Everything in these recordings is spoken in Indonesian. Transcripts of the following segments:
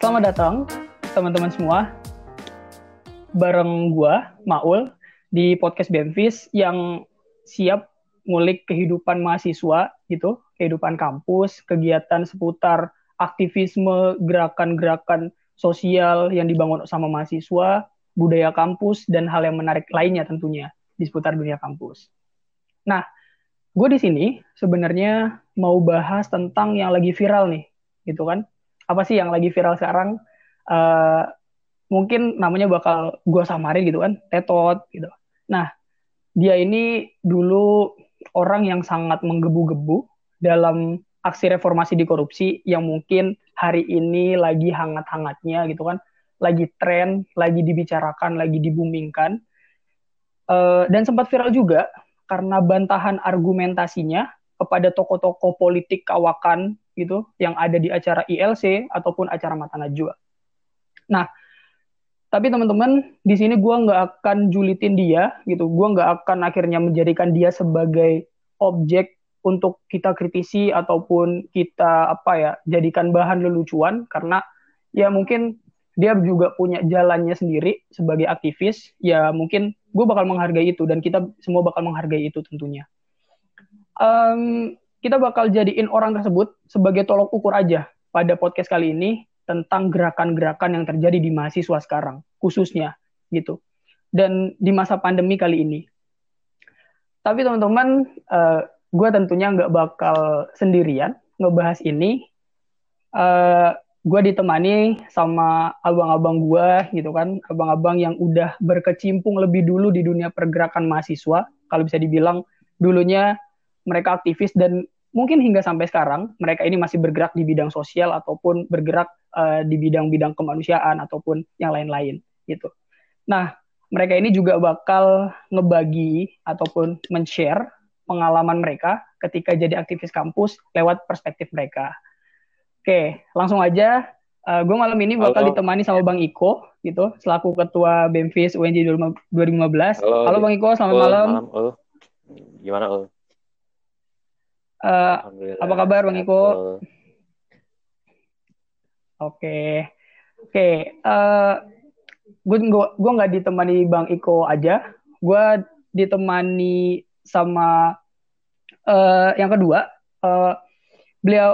Selamat datang teman-teman semua bareng gua Maul di podcast Benfis yang siap ngulik kehidupan mahasiswa gitu, kehidupan kampus, kegiatan seputar aktivisme, gerakan-gerakan sosial yang dibangun sama mahasiswa, budaya kampus dan hal yang menarik lainnya tentunya di seputar dunia kampus. Nah, gue di sini sebenarnya mau bahas tentang yang lagi viral nih, gitu kan? Apa sih yang lagi viral sekarang? Eh, Mungkin namanya bakal gue samarin gitu kan, Tetot gitu. Nah, dia ini dulu orang yang sangat menggebu-gebu dalam aksi reformasi di korupsi yang mungkin hari ini lagi hangat-hangatnya gitu kan, lagi tren, lagi dibicarakan, lagi dibumingkan. Dan sempat viral juga karena bantahan argumentasinya kepada tokoh-tokoh politik kawakan gitu yang ada di acara ILC ataupun acara Mata Najwa. Nah, tapi teman-teman di sini gue nggak akan julitin dia gitu, gue nggak akan akhirnya menjadikan dia sebagai objek untuk kita kritisi ataupun kita apa ya jadikan bahan lelucuan karena ya mungkin dia juga punya jalannya sendiri sebagai aktivis, ya mungkin gue bakal menghargai itu dan kita semua bakal menghargai itu tentunya. Kita bakal jadiin orang tersebut sebagai tolok ukur aja pada podcast kali ini tentang gerakan-gerakan yang terjadi di mahasiswa sekarang, khususnya gitu. Dan di masa pandemi kali ini. Tapi teman-teman, gue tentunya nggak bakal sendirian ngebahas ini. Gue ditemani sama abang-abang gue gitu kan, abang-abang yang udah berkecimpung lebih dulu di dunia pergerakan mahasiswa, kalau bisa dibilang dulunya mereka aktivis dan mungkin hingga sampai sekarang mereka ini masih bergerak di bidang sosial ataupun bergerak di bidang-bidang kemanusiaan ataupun yang lain-lain gitu. Nah, mereka ini juga bakal ngebagi ataupun men-share pengalaman mereka ketika jadi aktivis kampus lewat perspektif mereka. Oke, langsung aja. Gue malam ini bakal ditemani sama Bang Iko, gitu, selaku Ketua BEMFIS UNJ 2015. Halo Bang Iko, selamat malam. Gimana, Ul? Apa kabar Bang Iko? Oke. Gue nggak ditemani Bang Iko aja. Gue ditemani sama yang kedua. Beliau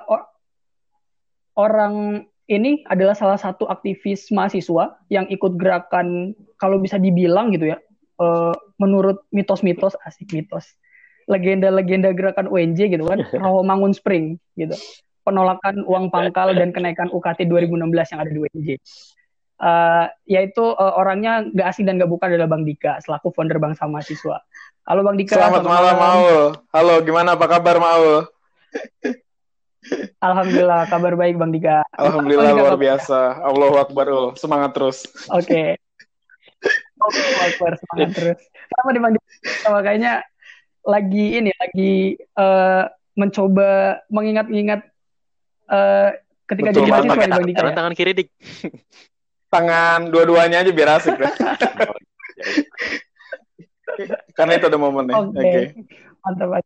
orang ini adalah salah satu aktivis mahasiswa yang ikut gerakan, kalau bisa dibilang gitu ya, menurut mitos-mitos, asik mitos, legenda-legenda gerakan UNJ gitu kan, Rawamangun Spring gitu, penolakan uang pangkal dan kenaikan UKT 2016 yang ada di UNJ. Yaitu orangnya nggak asing dan nggak bukan adalah Bang Dika, selaku founder Bangsa Mahasiswa. Halo Bang Dika. Selamat malam, Maul. Halo, gimana apa kabar, Maul? Alhamdulillah, kabar baik Bang Dika. Alhamdulillah, luar biasa. Allahu Akbar, Ul. Semangat terus. Oke. Allahu Akbar, semangat terus. Sama di Bang Dika, makanya lagi mencoba mengingat-ingat ketika Betul, jadi mahasiswa di Bang Dika. Tangan kiri, Dik. Tangan dua-duanya aja biar asik deh. Karena itu ada momennya. Oke. Mantap.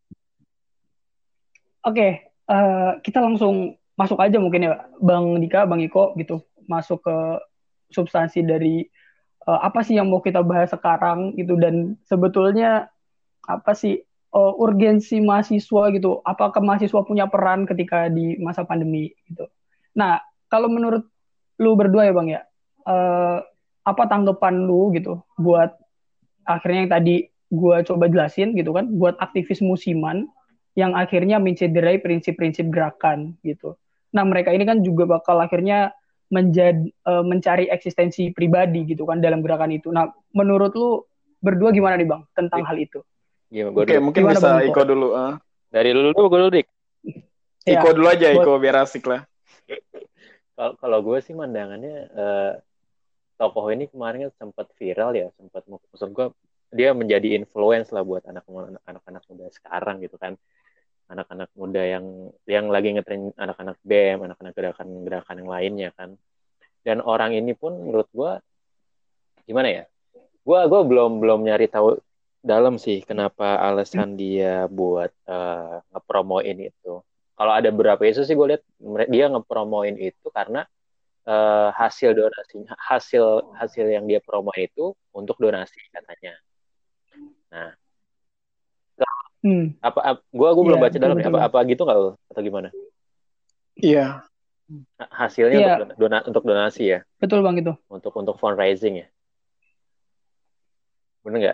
Oke. Kita langsung masuk aja mungkin ya Bang Dika, Bang Iko gitu, masuk ke substansi dari apa sih yang mau kita bahas sekarang gitu, dan sebetulnya apa sih urgensi mahasiswa gitu, apakah mahasiswa punya peran ketika di masa pandemi gitu. Nah, kalau menurut lu berdua ya Bang ya, apa tanggapan lu gitu buat akhirnya yang tadi gue coba jelasin gitu kan, buat aktivis musiman yang akhirnya mencederai prinsip-prinsip gerakan gitu. Nah, mereka ini kan juga bakal akhirnya mencari eksistensi pribadi gitu kan dalam gerakan itu. Nah, menurut lu berdua gimana nih Bang tentang hal itu? Oke, mungkin gimana, bisa Iko dulu. Dari lu dulu, gue dulu, Dik. Iko dulu aja, Iko biar asik lah. Kalau gue sih mandangannya tokoh ini kemarin sempat viral ya, maksud gue dia menjadi influence lah buat anak-anak muda sekarang gitu kan. Anak-anak muda yang lagi ngetren, anak-anak BEM, anak-anak gerakan-gerakan yang lainnya kan. Dan orang ini pun menurut gue gimana ya? Gue belum nyari tahu dalam sih kenapa alasan dia buat ngepromoin itu. Kalau ada beberapa isu sih gue lihat dia ngepromoin itu karena hasil donasi, hasil yang dia promo itu untuk donasi katanya. Nah, gue belum baca betul, dalamnya. betul. Apa gitu nggak atau gimana? Iya. Hasilnya untuk donasi ya. Betul Bang itu. Untuk fundraising ya. Bener nggak?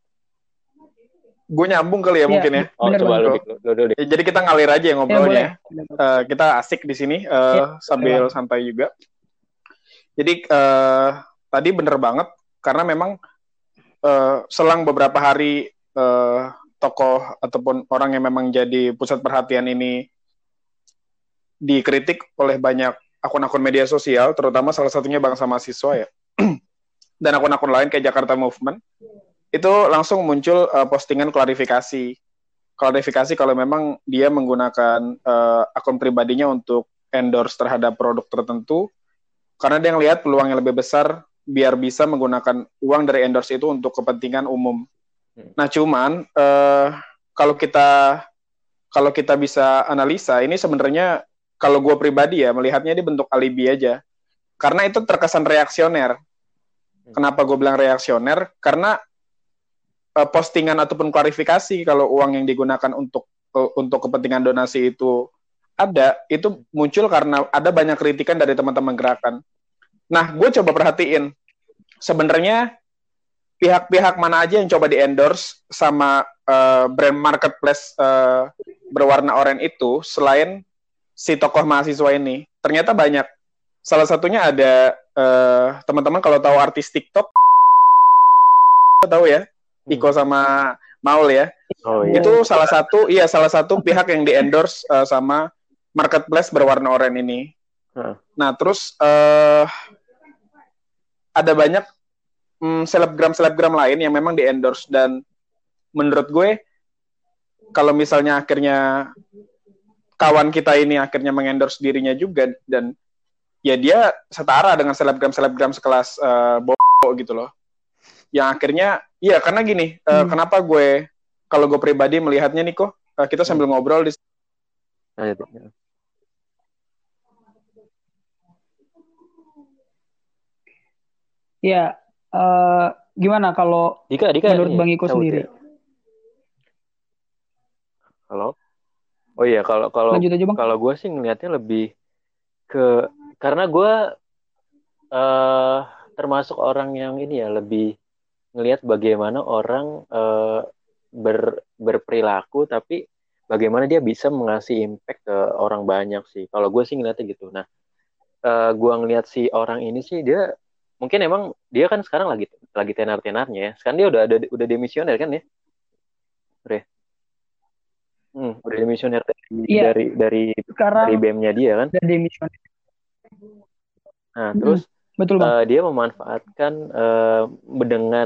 Gue nyambung kali ya mungkin ya. Oh, bener, coba Bang. lu deh. Jadi kita ngalir aja ya ngobrolnya. Boleh. Kita asik di sini sambil santai juga. Jadi tadi bener banget karena memang selang beberapa hari tokoh ataupun orang yang memang jadi pusat perhatian ini dikritik oleh banyak akun-akun media sosial, terutama salah satunya Bangsa Mahasiswa ya, dan akun-akun lain kayak Jakarta Movement, itu langsung muncul postingan klarifikasi kalau memang dia menggunakan akun pribadinya untuk endorse terhadap produk tertentu, karena dia ngelihat peluang yang lebih besar biar bisa menggunakan uang dari endorse itu untuk kepentingan umum. Nah, cuman kalau kita bisa analisa, ini sebenarnya kalau gue pribadi ya melihatnya ini bentuk alibi aja, karena itu terkesan reaksioner. Kenapa gue bilang reaksioner? Karena postingan ataupun klarifikasi kalau uang yang digunakan untuk kepentingan donasi itu muncul karena ada banyak kritikan dari teman-teman gerakan. Nah, gue coba perhatiin sebenarnya pihak-pihak mana aja yang coba di-endorse sama brand marketplace berwarna oranye itu selain si tokoh mahasiswa ini. Ternyata banyak. Salah satunya ada teman-teman kalau tahu artis TikTok, tahu ya, Iko sama Maul ya. Oh, iya. Itu salah satu pihak yang di-endorse sama marketplace berwarna oranye ini. Nah, terus ada banyak selebgram lain yang memang di-endorse, dan menurut gue kalau misalnya akhirnya kawan kita ini akhirnya mengendorse dirinya juga, dan ya dia setara dengan selebgram sekelas Bobo gitu loh. Yang akhirnya, iya karena gini, kenapa kalau gue pribadi melihatnya nih kok, kita sambil ngobrol di Ya, gimana kalau Dika menurut Bang Iko sendiri? Halo? Oh iya, kalau gue sih ngelihatnya lebih ke, karena gue termasuk orang yang ini ya, lebih ngelihat bagaimana orang berperilaku, tapi bagaimana dia bisa mengasih impact ke orang banyak sih. Kalau gue sih ngeliatnya gitu. Nah, gue ngelihat si orang ini sih, dia mungkin emang dia kan sekarang lagi tenar-tenarnya ya. Sekarang dia udah demisioner kan ya? Udah demisioner dari BEM-nya dia kan. Nah, terus betul, dia memanfaatkan dengan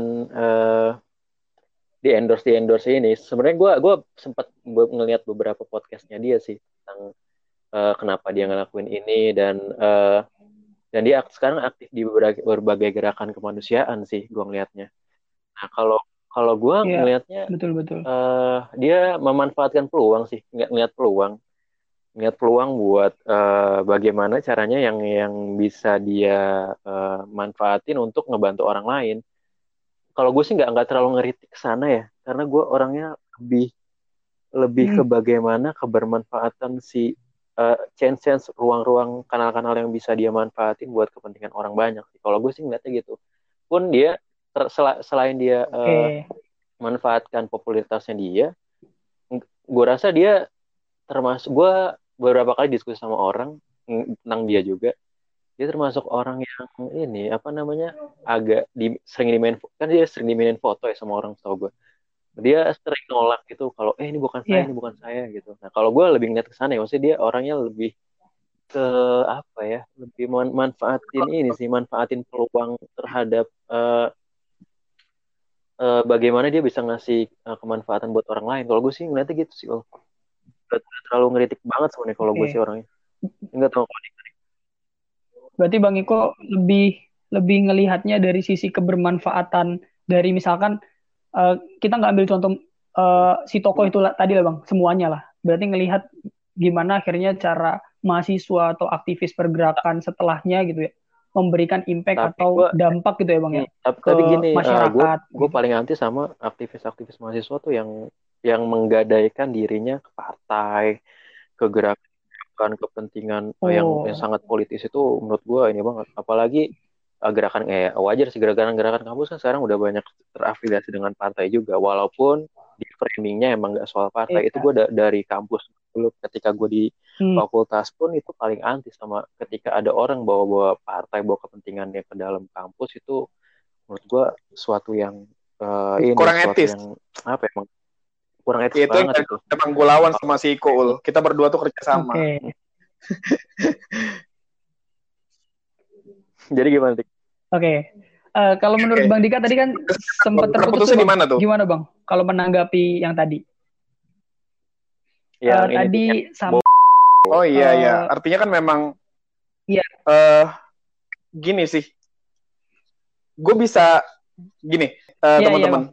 di endorse ini. Sebenarnya gue sempat ngelihat beberapa podcastnya dia sih tentang kenapa dia ngelakuin ini, dan dia sekarang aktif di berbagai gerakan kemanusiaan sih gue ngelihatnya. Nah, kalau gue ngelihatnya betul. Dia memanfaatkan peluang sih, ngelihat peluang buat bagaimana caranya yang bisa dia manfaatin untuk ngebantu orang lain. Kalau gue sih nggak terlalu ngeritik ke sana ya, karena gue orangnya lebih ke bagaimana kebermanfaatan si chance ruang-ruang kanal-kanal yang bisa dia manfaatin buat kepentingan orang banyak. Kalau gue sih ngeliatnya gitu. Pun dia selain dia manfaatkan popularitasnya dia, gue rasa dia termasuk, gue beberapa kali diskusi sama orang tentang dia juga, dia termasuk orang yang ini agak sering dimainin foto ya sama orang, setahu gue dia sering nolak gitu kalau ini bukan saya, ini bukan saya gitu. Nah, kalau gue lebih ngeliat ke sana ya, maksudnya dia orangnya lebih ke apa ya, lebih manfaatin peluang terhadap bagaimana dia bisa ngasih kemanfaatan buat orang lain. Kalau gue sih ngeliatnya gitu sih, gak terlalu ngeritik banget sebenarnya kalau gue sih orangnya. Enggak tahu. Berarti Bang Iko lebih ngelihatnya dari sisi kebermanfaatan, dari misalkan kita nggak ambil contoh si tokoh itu tadi lah Bang, semuanya lah. Berarti ngelihat gimana akhirnya cara mahasiswa atau aktivis pergerakan setelahnya gitu ya, memberikan impact Tapi atau dampak gitu ya Bang ya ke tapi gini, masyarakat. gue paling anti sama aktivis-aktivis mahasiswa tuh yang menggadaikan dirinya ke partai, ke gerakan kepentingan yang sangat politis. Itu menurut gue ini banget. Apalagi gerakan wajar sih, gerakan kampus kan sekarang udah banyak terafiliasi dengan partai juga, walaupun di framingnya emang nggak soal partai. Itu gue dari kampus dulu, ketika gue di fakultas pun itu paling anti sama ketika ada orang bawa partai, bawa kepentingannya ke dalam kampus. Itu menurut gue suatu yang kurang etis. yang apa emang kurang etis itu banget itu. Emang gue lawan sama si Iko. Kita berdua tuh kerja sama. Jadi gimana, Dik? Kalau menurut Bang Dika tadi kan sempat terputus di mana tuh? Gimana Bang? Kalau menanggapi yang tadi? Tadi sama. Oh iya. Artinya kan memang. Iya. Gini sih. Gue bisa gini, teman-teman.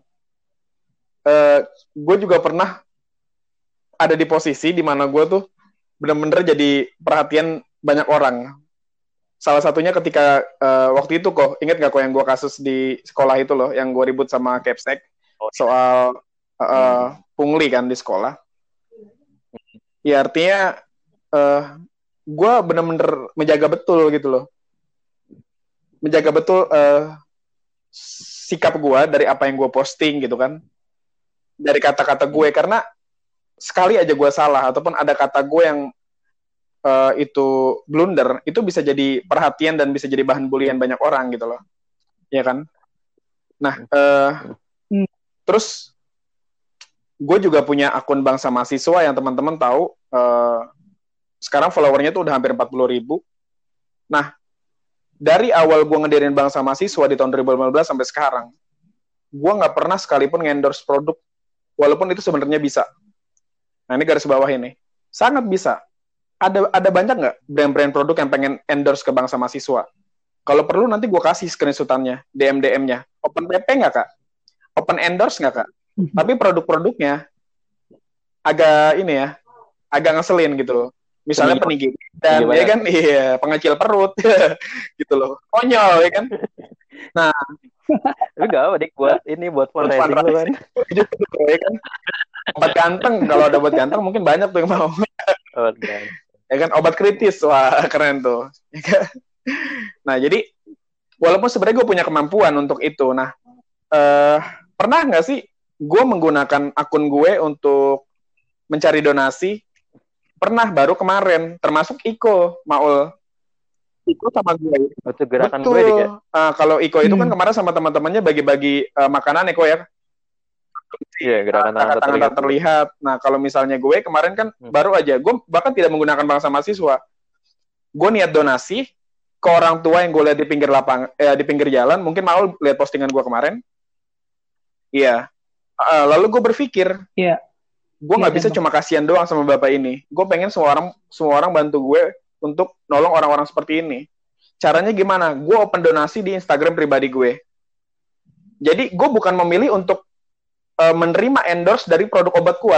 Gue juga pernah ada di posisi di mana gue tuh bener-bener jadi perhatian banyak orang. Salah satunya ketika waktu itu kok, inget gak kok yang gue kasus di sekolah itu loh, yang gue ribut sama Capsek soal pungli kan di sekolah. Ya artinya gue bener-bener menjaga betul gitu loh. Menjaga betul sikap gue dari apa yang gue posting gitu kan. Dari kata-kata gue, karena sekali aja gue salah ataupun ada kata gue yang itu blunder, itu bisa jadi perhatian dan bisa jadi bahan bulian banyak orang gitu loh, ya kan? Nah, terus gue juga punya akun Bangsa Mahasiswa yang teman-teman tahu, sekarang followernya tuh udah hampir 40.000. Nah, dari awal gue ngedirin Bangsa Mahasiswa di tahun 2015 sampai sekarang, gue nggak pernah sekalipun nge-endorse produk, walaupun itu sebenarnya bisa. Nah, ini garis bawah ini, sangat bisa. Ada banyak nggak brand-brand produk yang pengen endorse ke Bangsa Mahasiswa? Kalau perlu nanti gue kasih screenshotannya, DM-nya. Open PP nggak kak? Open endorse nggak kak? Tapi produk-produknya agak ini ya, agak ngeselin gitu loh. Misalnya peninggi dan ya kan, pengecil perut gitu loh, konyol ya kan. Nah, lu gak apa Dik buat fundraising lu kan? Ya kan, obat ganteng, kalau ada obat ganteng mungkin banyak tuh yang mau. Ya kan, obat kritis, wah keren tuh. Nah jadi walaupun sebenarnya gue punya kemampuan untuk itu, nah pernah nggak sih gue menggunakan akun gue untuk mencari donasi? Pernah, baru kemarin, termasuk Iko Maul. Iko sama gue. Itu gerakan betul. Gue Dik, ya? Kalau Iko itu kan kemarin sama teman-temannya bagi-bagi makanan Iko ya. Iya, gerakan tangan terlihat. Nah, kalau misalnya gue kemarin kan baru aja, gue bahkan tidak menggunakan Bangsa Mahasiswa. Gue niat donasi ke orang tua yang gue lihat di pinggir di pinggir jalan. Mungkin mau lihat postingan gue kemarin. Iya. Lalu gue berpikir, gue nggak bisa cuma kasihan doang sama bapak ini. Gue pengen semua orang bantu gue untuk nolong orang-orang seperti ini. Caranya gimana? Gue open donasi di Instagram pribadi gue. Jadi gue bukan memilih untuk menerima endorse dari produk obat kuat.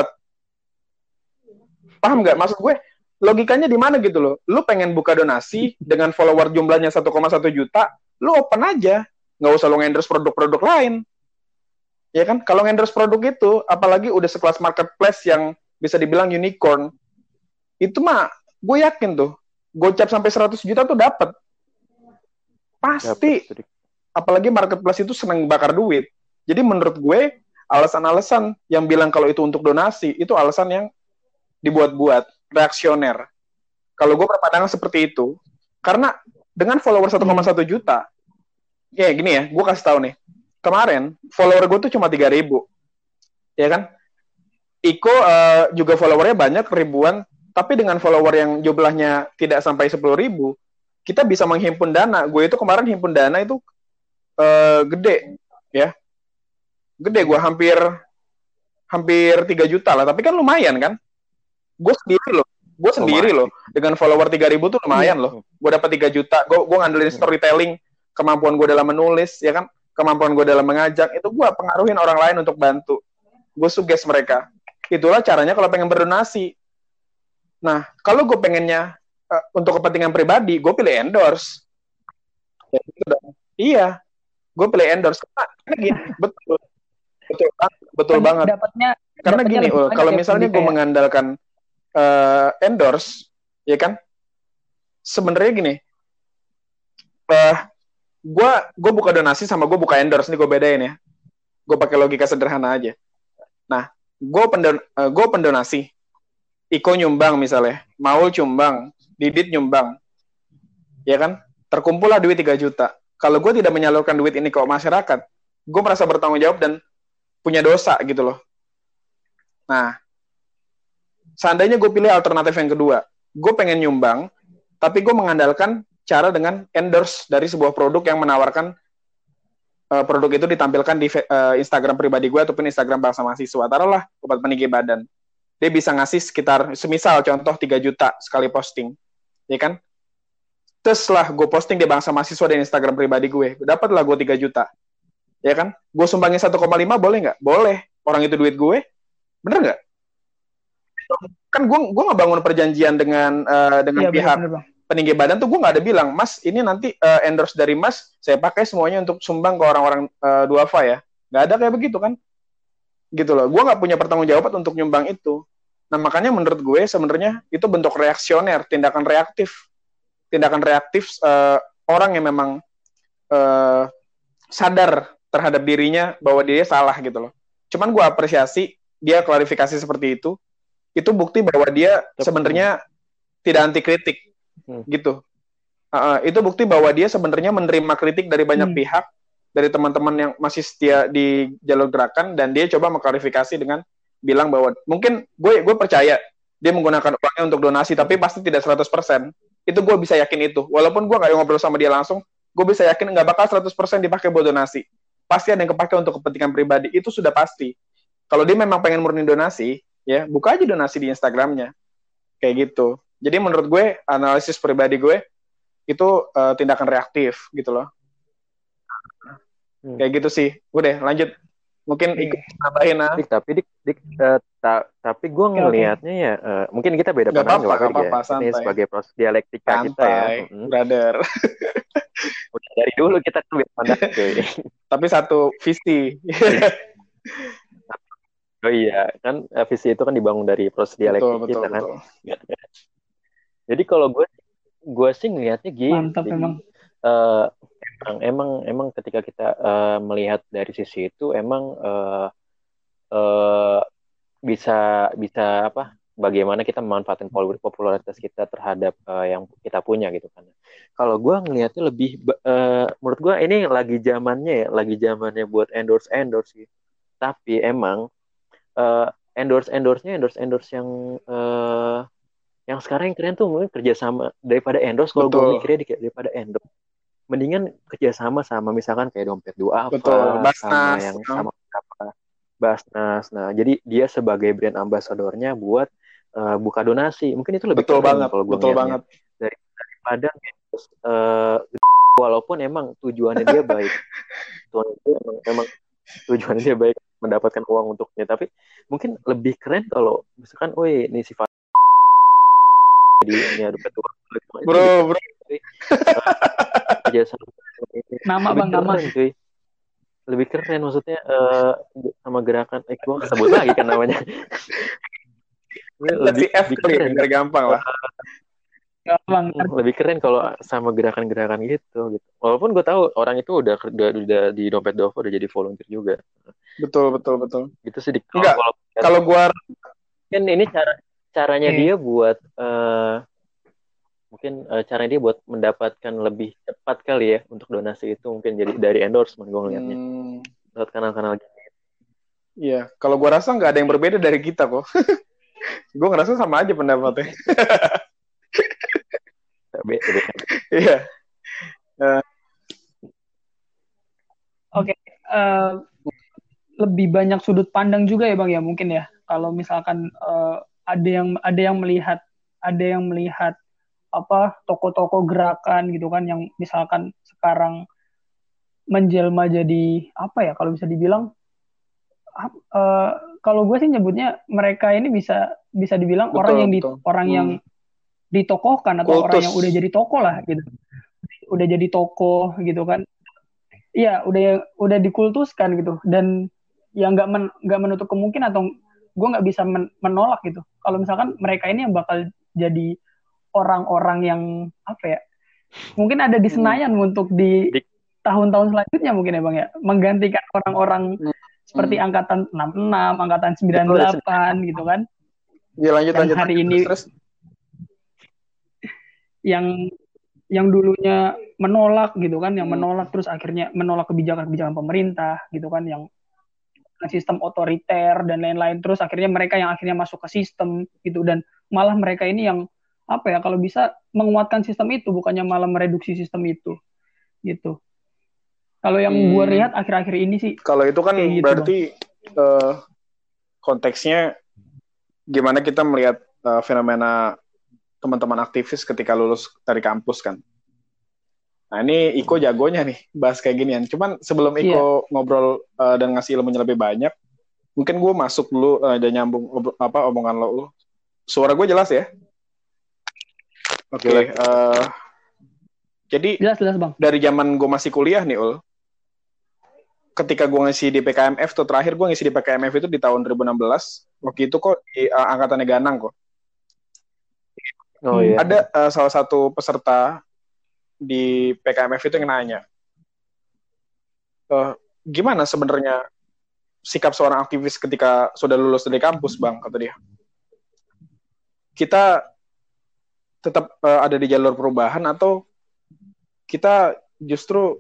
Paham nggak? Maksud gue, logikanya di mana gitu loh. Lu pengen buka donasi dengan follower jumlahnya 1,1 juta, lu open aja. Nggak usah lu endorse produk-produk lain. Ya kan? Kalau endorse produk itu, apalagi udah sekelas marketplace yang bisa dibilang unicorn, itu mah gue yakin tuh, gocap sampai 100 juta tuh dapat. Pasti. Apalagi marketplace itu seneng bakar duit. Jadi menurut gue, alasan-alasan yang bilang kalau itu untuk donasi, itu alasan yang dibuat-buat, reaksioner. Kalau gue berpandangan seperti itu, karena dengan follower 1,1 juta, ya gini ya, gue kasih tahu nih, kemarin follower gue tuh cuma 3.000, ya kan? Iko juga followernya banyak, ribuan, tapi dengan follower yang jumlahnya tidak sampai 10.000, kita bisa menghimpun dana. Gue itu kemarin himpun dana itu gede, ya. Gede, gue hampir 3 juta lah, tapi kan lumayan kan. Gue sendiri loh dengan follower 3.000 tuh lumayan loh. Gue dapat 3 juta, gue ngandelin storytelling, kemampuan gue dalam menulis, ya kan, kemampuan gue dalam mengajak, itu gue pengaruhin orang lain untuk bantu. Gue suggest mereka. Itulah caranya kalau pengen berdonasi. Nah, kalau gue pengennya untuk kepentingan pribadi, gue pilih endorse. Ya, gitu dong. Iya, gue pilih endorse karena gini, betul banget. Karena gini, kalau misalnya gue mengandalkan endorse, ya kan, sebenarnya gini, gue buka donasi sama gue buka endorse, nih gue bedain ya. Gue pakai logika sederhana aja. Nah, gue pendonasi, Iko nyumbang misalnya, Maul nyumbang, Didit nyumbang, ya kan, terkumpullah duit 3 juta. Kalau gue tidak menyalurkan duit ini ke masyarakat, gue merasa bertanggung jawab dan punya dosa gitu loh. Nah, seandainya gue pilih alternatif yang kedua, gue pengen nyumbang, tapi gue mengandalkan cara dengan endorse dari sebuah produk yang menawarkan produk itu ditampilkan di Instagram pribadi gue ataupun Instagram Bangsa Mahasiswa. Taruhlah Bupati Peninggi Badan. Dia bisa ngasih sekitar, semisal contoh 3 juta sekali posting. Ya kan? Terus lah gue posting di Bangsa Mahasiswa dan Instagram pribadi gue. Dapatlah gue 3 juta. Ya kan? Gue sumbangin 1,5 boleh nggak? Boleh. Orang itu duit gue. Bener nggak? Kan gue ngebangun perjanjian dengan ya, pihak peninggi badan tuh gue nggak ada bilang, Mas ini nanti endorse dari Mas saya pakai semuanya untuk sumbang ke orang-orang duafa ya. Nggak ada kayak begitu kan? Gitu loh. Gue nggak punya pertanggungjawaban untuk nyumbang itu. Nah makanya menurut gue sebenarnya itu bentuk reaksioner, tindakan reaktif orang yang memang sadar terhadap dirinya bahwa dia salah gitu loh. Cuman gue apresiasi dia klarifikasi seperti itu bukti bahwa dia sebenarnya tidak anti kritik gitu. Itu bukti bahwa dia sebenarnya menerima kritik dari banyak pihak, dari teman-teman yang masih setia di jalur gerakan, dan dia coba mengklarifikasi dengan bilang bahwa mungkin gue percaya dia menggunakan uangnya untuk donasi, tapi pasti tidak 100%. Itu gue bisa yakin itu. Walaupun gue nggak ngobrol sama dia langsung, gue bisa yakin nggak bakal 100% dipakai buat donasi. Pasti ada yang kepakai untuk kepentingan pribadi. Itu sudah pasti. Kalau dia memang pengen murni donasi, ya buka aja donasi di Instagramnya. Kayak gitu. Jadi menurut gue, analisis pribadi gue, itu tindakan reaktif gitu loh. Kayak gitu sih. Udah, lanjut. Mungkin ikut nambahin lah. Tapi gue ngelihatnya ya, mungkin kita beda pandangan. Gak apa-apa, santai. Ini sebagai proses dialektika kita ya. Brother. Udah dari dulu kita tuh beda pandangan. Tapi satu visi. Oh iya, kan visi itu kan dibangun dari proses dialektika kita kan. Jadi kalau gue sih ngelihatnya gini. Mantap memang. Emang ketika kita melihat dari sisi itu emang bisa apa, bagaimana kita memanfaatkan popularitas kita terhadap yang kita punya gitu kan. Kalau gue ngelihatnya lebih menurut gue ini lagi zamannya buat endorse gitu. Tapi emang endorse yang sekarang yang keren tuh mungkin kerjasama daripada endorse. Kalau gue mikirnya daripada endorse, mendingan kerjasama sama misalkan kayak Dompet Duafa, sama yang sama apa Basnas. Nah, jadi dia sebagai brand ambasadornya buat buka donasi. Mungkin itu lebih keren kalau gue ngeliatnya. Daripada walaupun emang tujuannya dia baik. Memang tujuannya dia baik mendapatkan uang untuknya, tapi mungkin lebih keren kalau misalkan, ini sifat jadi Dompet Duafa. Bro. Nama cuy. Lebih keren maksudnya sama gerakan gue sebut lagi kan namanya. lebih keren, biar gampang lah. Lebih keren kalau sama gerakan-gerakan gitu. Walaupun gue tahu orang itu udah di Dompet Duafa udah jadi volunteer juga. Betul. Gitu sih. Kalau gue kan ini caranya dia buat mungkin caranya dia buat mendapatkan lebih cepat kali ya untuk donasi itu, mungkin jadi dari endorsement gue ngeliatnya lewat kanal-kanal gitu. Iya, kalau gue rasa nggak ada yang berbeda dari kita kok. Gue ngerasa sama aja pendapatnya. Iya. Oke, lebih banyak sudut pandang juga ya Bang ya mungkin ya. Kalau misalkan ada yang melihat apa tokoh-tokoh gerakan gitu kan yang misalkan sekarang menjelma jadi apa ya kalau bisa dibilang kalau gue sih nyebutnya mereka ini bisa dibilang orang yang ditokohkan atau orang Kultus. yang udah jadi tokoh lah gitu, udah jadi tokoh gitu kan. Iya, udah dikultuskan gitu, dan yang nggak menutup kemungkinan atau gue nggak bisa menolak gitu. Kalau misalkan mereka ini yang bakal jadi orang-orang yang apa ya? Mungkin ada di Senayan untuk di tahun-tahun selanjutnya mungkin ya Bang ya, menggantikan orang-orang seperti angkatan 66, angkatan 98 gitu kan. Ya, lanjut. Hari ini terus. yang dulunya menolak gitu kan, yang menolak terus akhirnya menolak kebijakan-kebijakan pemerintah gitu kan, yang sistem otoriter dan lain-lain, terus akhirnya mereka yang akhirnya masuk ke sistem gitu, dan malah mereka ini yang apa ya, kalau bisa menguatkan sistem itu bukannya malah mereduksi sistem itu gitu. Kalau yang gue lihat akhir-akhir ini sih kalau itu kan gitu, berarti konteksnya gimana kita melihat fenomena teman-teman aktivis ketika lulus dari kampus kan. Nah ini Iko jagonya nih bahas kayak ginian. Cuman sebelum Iko ngobrol dan ngasih ilmunya lebih banyak, mungkin gue masuk dulu dan nyambung omongan lo. Suara gue jelas ya? Oke. Jadi jelas Bang. Dari zaman gue masih kuliah nih Ul, ketika gue ngisi di PKMF tuh, terakhir gue ngisi di PKMF itu di tahun 2016. Waktu itu kok di angkatannya Ganang kok. Oh, iya. Ada salah satu peserta di PKMF itu yang nanya, gimana sebenarnya sikap seorang aktivis ketika sudah lulus dari kampus, Bang, kata dia. Kita tetap ada di jalur perubahan atau kita justru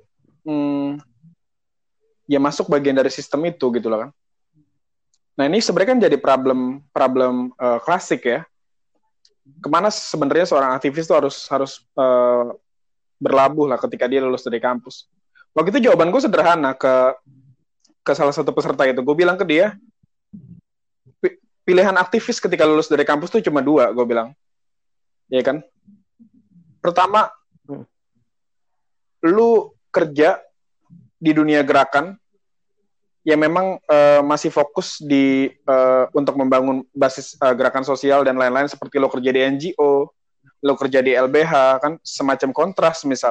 ya masuk bagian dari sistem itu gitu loh kan. Nah ini sebenarnya kan jadi problem klasik ya. Kemana sebenarnya seorang aktivis itu harus berlabuh lah ketika dia lulus dari kampus. Waktu itu jawaban gue sederhana ke salah satu peserta itu. Gue bilang ke dia, pilihan aktivis ketika lulus dari kampus tuh cuma 2, gue bilang. Ya kan? Pertama, lu kerja di dunia gerakan yang memang masih fokus di untuk membangun basis gerakan sosial dan lain-lain, seperti lo kerja di NGO, lo kerja di LBH, kan semacam kontras misal.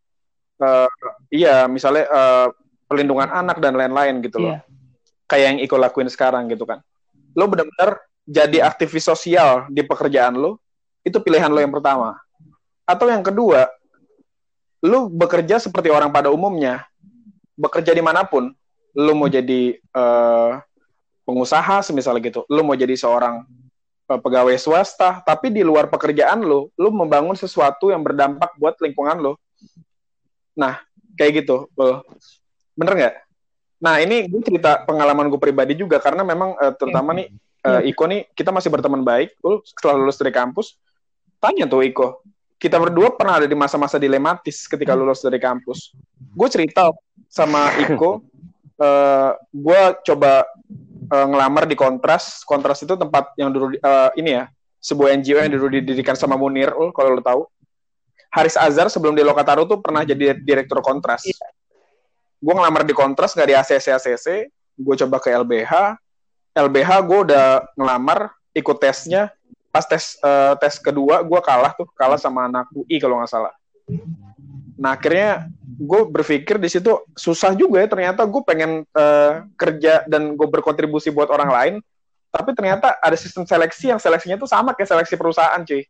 Iya, misalnya perlindungan anak dan lain-lain gitu loh. Kayak yang Iko lakuin sekarang gitu kan. Lo benar-benar jadi aktivis sosial di pekerjaan lo, itu pilihan lo yang pertama. Atau yang kedua, lo bekerja seperti orang pada umumnya, bekerja dimanapun. Lu mau jadi pengusaha semisal gitu, lu mau jadi seorang pegawai swasta, tapi di luar pekerjaan lu membangun sesuatu yang berdampak buat lingkungan lu. Nah, kayak gitu. Bener nggak? Nah, ini gue cerita pengalaman gue pribadi juga, karena memang terutama nih, Iko nih, kita masih berteman baik, setelah lulus dari kampus. Tanya tuh Iko, kita berdua pernah ada di masa-masa dilematis ketika lulus dari kampus. Gue cerita sama Iko, gue coba ngelamar di Kontras. Kontras itu tempat yang dulu ini ya, sebuah NGO yang dulu didirikan sama Munir, kalau lo tahu. Haris Azhar sebelum di Lokataru tuh pernah jadi direktur Kontras. Gue ngelamar di Kontras, nggak di ACC. Gue coba ke LBH gue udah ngelamar, ikut tesnya. Pas tes kedua gue kalah sama anak UI kalau nggak salah. Nah akhirnya gue berpikir di situ susah juga ya, ternyata gue pengen kerja dan gue berkontribusi buat orang lain, tapi ternyata ada sistem seleksi yang seleksinya tuh sama kayak seleksi perusahaan, cuy.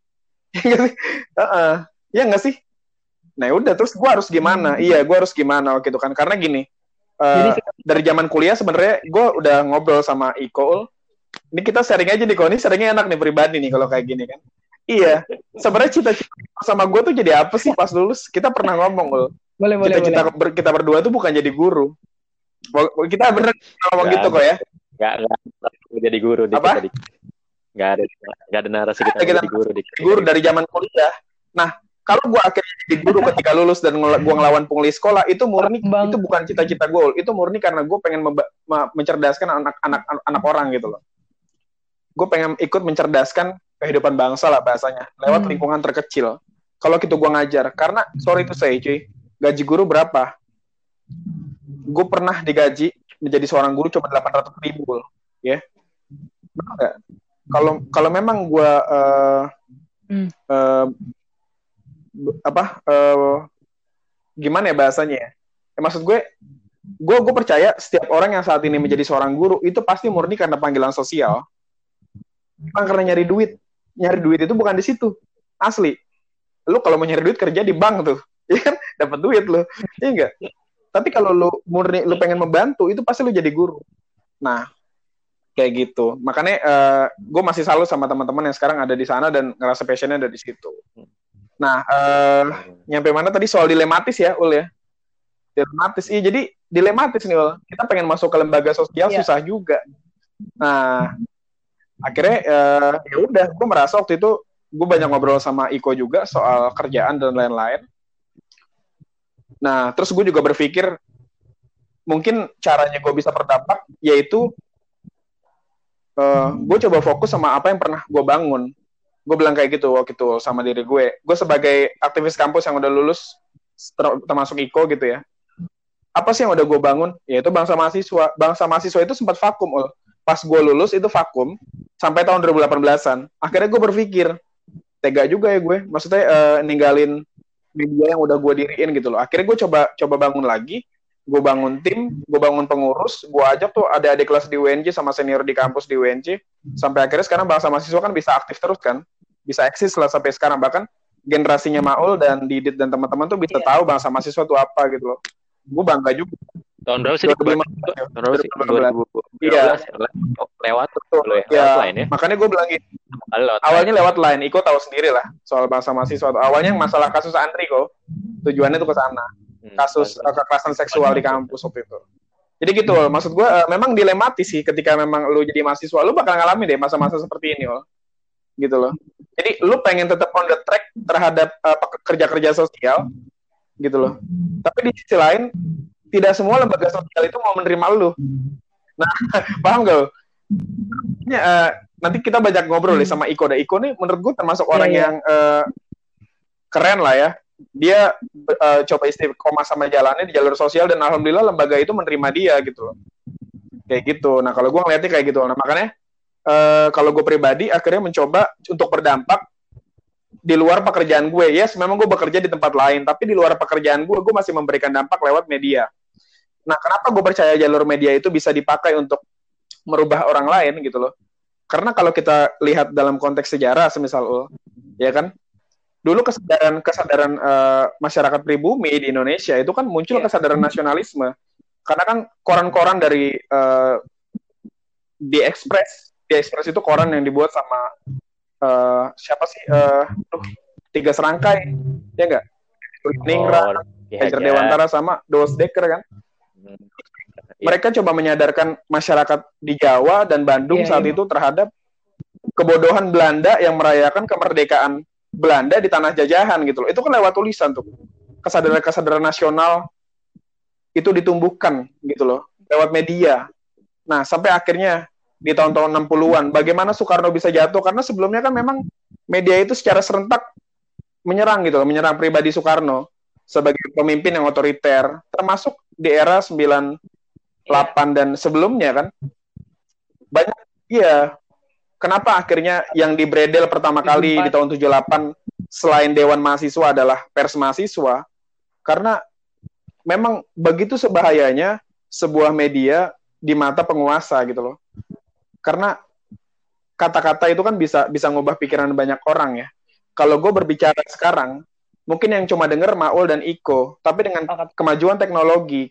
Iya nggak sih? Nah udah, terus gue harus gimana? Gue harus gimana gitu kan? Karena gini, dari zaman kuliah sebenarnya gue udah ngobrol sama Iko. Ini kita sharing aja nih, kok ini sharingnya enak nih pribadi nih kalau kayak gini kan. Iya, sebenarnya cita-cita sama gue tuh jadi apa sih pas lulus? Kita pernah ngomong loh. Cita-cita kita berdua tuh bukan jadi guru. Kita bener ngomong gitu kok ya. Nggak jadi guru. Apa? Nggak ada narasi kita jadi guru. Guru dari zaman kuliah. Nah, kalau gue akhirnya jadi guru ketika lulus dan gue ngelawan pungli sekolah, itu murni, itu bukan cita-cita gue. Itu murni karena gue pengen mencerdaskan anak orang gitu loh. Gue pengen ikut mencerdaskan kehidupan bangsa lah bahasanya, lewat lingkungan terkecil. Kalau gitu gue ngajar, karena sorry to say cuy, gaji guru berapa? Gue pernah digaji menjadi seorang guru cuma 800.000, ya. Kalau memang gue eh, gimana ya bahasanya ya? Maksud gue percaya setiap orang yang saat ini menjadi seorang guru itu pasti murni karena panggilan sosial, bukan karena nyari duit. Nyari duit itu bukan di situ, asli. Lu kalau mau nyari duit kerja di bank tuh, ya kan, dapat duit lu, iya enggak? Tapi kalau lu murni lu pengen membantu, itu pasti lu jadi guru. Nah, kayak gitu. Makanya gue masih salut sama teman-teman yang sekarang ada di sana dan ngerasa passionnya ada di situ. Nah, nyampe mana tadi soal dilematis ya, Ul ya? Dilematis, iya. Jadi dilematis nih, Ul. Kita pengen masuk ke lembaga sosial susah juga. Nah, akhirnya ya udah, gue merasa waktu itu gue banyak ngobrol sama Iko juga soal kerjaan dan lain-lain. Nah, terus gue juga berpikir mungkin caranya gue bisa berdampak yaitu gue coba fokus sama apa yang pernah gue bangun. Gue bilang kayak gitu waktu itu sama diri gue. Gue sebagai aktivis kampus yang udah lulus, termasuk Iko gitu ya. Apa sih yang udah gue bangun? Yaitu bangsa mahasiswa. Bangsa mahasiswa itu sempat vakum. Pas gue lulus itu vakum sampai tahun 2018-an. Akhirnya gue berpikir, tega juga ya gue. Maksudnya ninggalin media yang udah gue diriin gitu loh. Akhirnya gue coba bangun lagi. Gue bangun tim, gue bangun pengurus, gue ajak tuh adik-adik kelas di UNJ sama senior di kampus di UNJ, sampai akhirnya sekarang bangsa mahasiswa kan bisa aktif terus kan, bisa eksis lah sampai sekarang, bahkan generasinya Maul dan Didit dan teman-teman tuh bisa tahu bangsa mahasiswa tuh apa gitu loh. Gue bangga juga. Tahun berapa sih? Tahun berapa sih? 2015. Iya. Lewat tuh ya. Lewat line ya. Makanya gue bilang gitu. Awalnya lewat line, Iko tahu sendiri lah soal bangsa mahasiswa. Awalnya masalah kasus Andri kok. Tujuannya tuh ke sana. Kasus kekerasan seksual di kampus waktu itu. Jadi gitu, maksud gue memang dilematis sih ketika memang lu jadi mahasiswa, lu bakal ngalamin deh masa-masa seperti ini, gitu loh. Jadi lu pengen tetap on the track terhadap kerja-kerja sosial, gitu loh. Tapi di sisi lain, tidak semua lembaga sosial itu mau menerima lu. Nah, paham gak? Nanti kita banyak ngobrol nih sama Iko. Iko nih menurut gue termasuk orang yang keren lah ya. Dia coba istiqomah sama jalannya di jalur sosial dan alhamdulillah lembaga itu menerima dia gitu loh. Kayak gitu. Nah kalau gue ngeliatnya kayak gitu. Nah makanya kalau gue pribadi akhirnya mencoba untuk berdampak di luar pekerjaan gue. Yes, memang gue bekerja di tempat lain, tapi di luar pekerjaan gue masih memberikan dampak lewat media. Nah kenapa gue percaya jalur media itu bisa dipakai untuk merubah orang lain gitu loh. Karena kalau kita lihat dalam konteks sejarah semisal ya kan, dulu kesadaran masyarakat pribumi di Indonesia itu kan muncul kesadaran nasionalisme. Karena kan koran-koran dari The Express itu koran yang dibuat sama siapa sih? 3 serangkai, ya nggak? Ningrat, Hajar Dewantara sama Doos Dekker kan? Mereka coba menyadarkan masyarakat di Jawa dan Bandung saat itu terhadap kebodohan Belanda yang merayakan kemerdekaan Belanda di tanah jajahan gitu loh. Itu kan lewat tulisan tuh. Kesadaran nasional itu ditumbuhkan gitu loh. Lewat media. Nah, sampai akhirnya di tahun-tahun 60-an, bagaimana Soekarno bisa jatuh? Karena sebelumnya kan memang media itu secara serentak menyerang gitu loh. Menyerang pribadi Soekarno sebagai pemimpin yang otoriter. Termasuk di era 98 dan sebelumnya kan. Banyak, kenapa akhirnya yang dibredel pertama kali di tahun 78 selain Dewan Mahasiswa adalah pers mahasiswa? Karena memang begitu sebahayanya sebuah media di mata penguasa gitu loh. Karena kata-kata itu kan bisa ngubah pikiran banyak orang ya. Kalau gue berbicara sekarang, mungkin yang cuma denger Maul dan Iko, tapi dengan kemajuan teknologi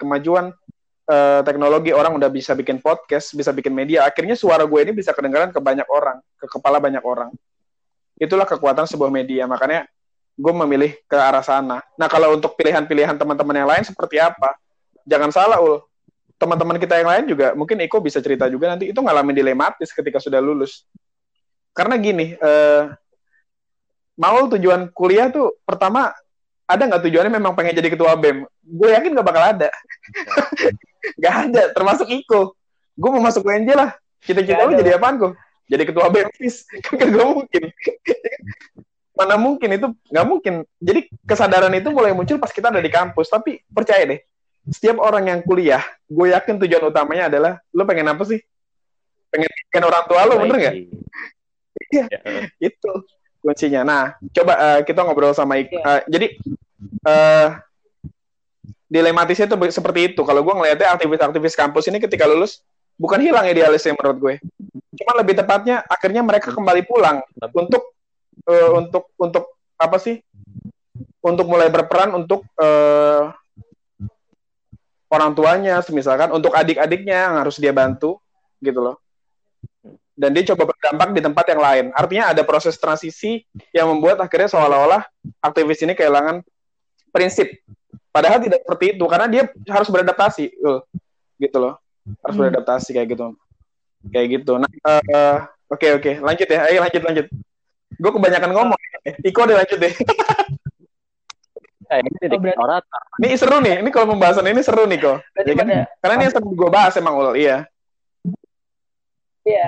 orang udah bisa bikin podcast, bisa bikin media, akhirnya suara gue ini bisa kedengaran ke banyak orang, ke kepala banyak orang. Itulah kekuatan sebuah media, makanya gue memilih ke arah sana. Nah kalau untuk pilihan-pilihan teman-teman yang lain seperti apa, jangan salah teman-teman kita yang lain juga, mungkin Iko bisa cerita juga nanti, itu ngalamin dilematis ketika sudah lulus. Karena gini, Maul tujuan kuliah tuh pertama, ada nggak tujuannya memang pengen jadi ketua BEM? Gue yakin nggak bakal ada. Gak ada, termasuk Iko. Gue mau masuk UNJ lah. Cita-cita lu jadi apaan kok? Jadi ketua BEMFIS. Kan gak mungkin. Mana mungkin, itu gak mungkin. Jadi kesadaran itu mulai muncul pas kita ada di kampus. Tapi percaya deh, setiap orang yang kuliah, gue yakin tujuan utamanya adalah, lu pengen apa sih? Pengen orang tua lu, bener gak? Iya, itu. kuncinya. Nah, coba kita ngobrol sama jadi dilematisnya tuh seperti itu. Kalau gue ngelihatnya aktivis-aktivis kampus ini ketika lulus bukan hilang idealisnya menurut gue. Cuma lebih tepatnya akhirnya mereka kembali pulang untuk apa sih? Untuk mulai berperan untuk orang tuanya, misalkan untuk adik-adiknya yang harus dia bantu gitu loh. Dan dia coba berdampak di tempat yang lain. Artinya ada proses transisi yang membuat akhirnya seolah-olah aktivis ini kehilangan prinsip. Padahal tidak seperti itu, karena dia harus beradaptasi, gitu loh. Harus beradaptasi kayak gitu. Nah, oke, lanjut ya. Ayo lanjut. Gue kebanyakan ngomong. Iko deh lanjut deh. Ini seru nih. Ini kalau pembahasan ini seru nih kok. Ya kan? Karena ini yang sering gue bahas emang Ul. Iya. Iya.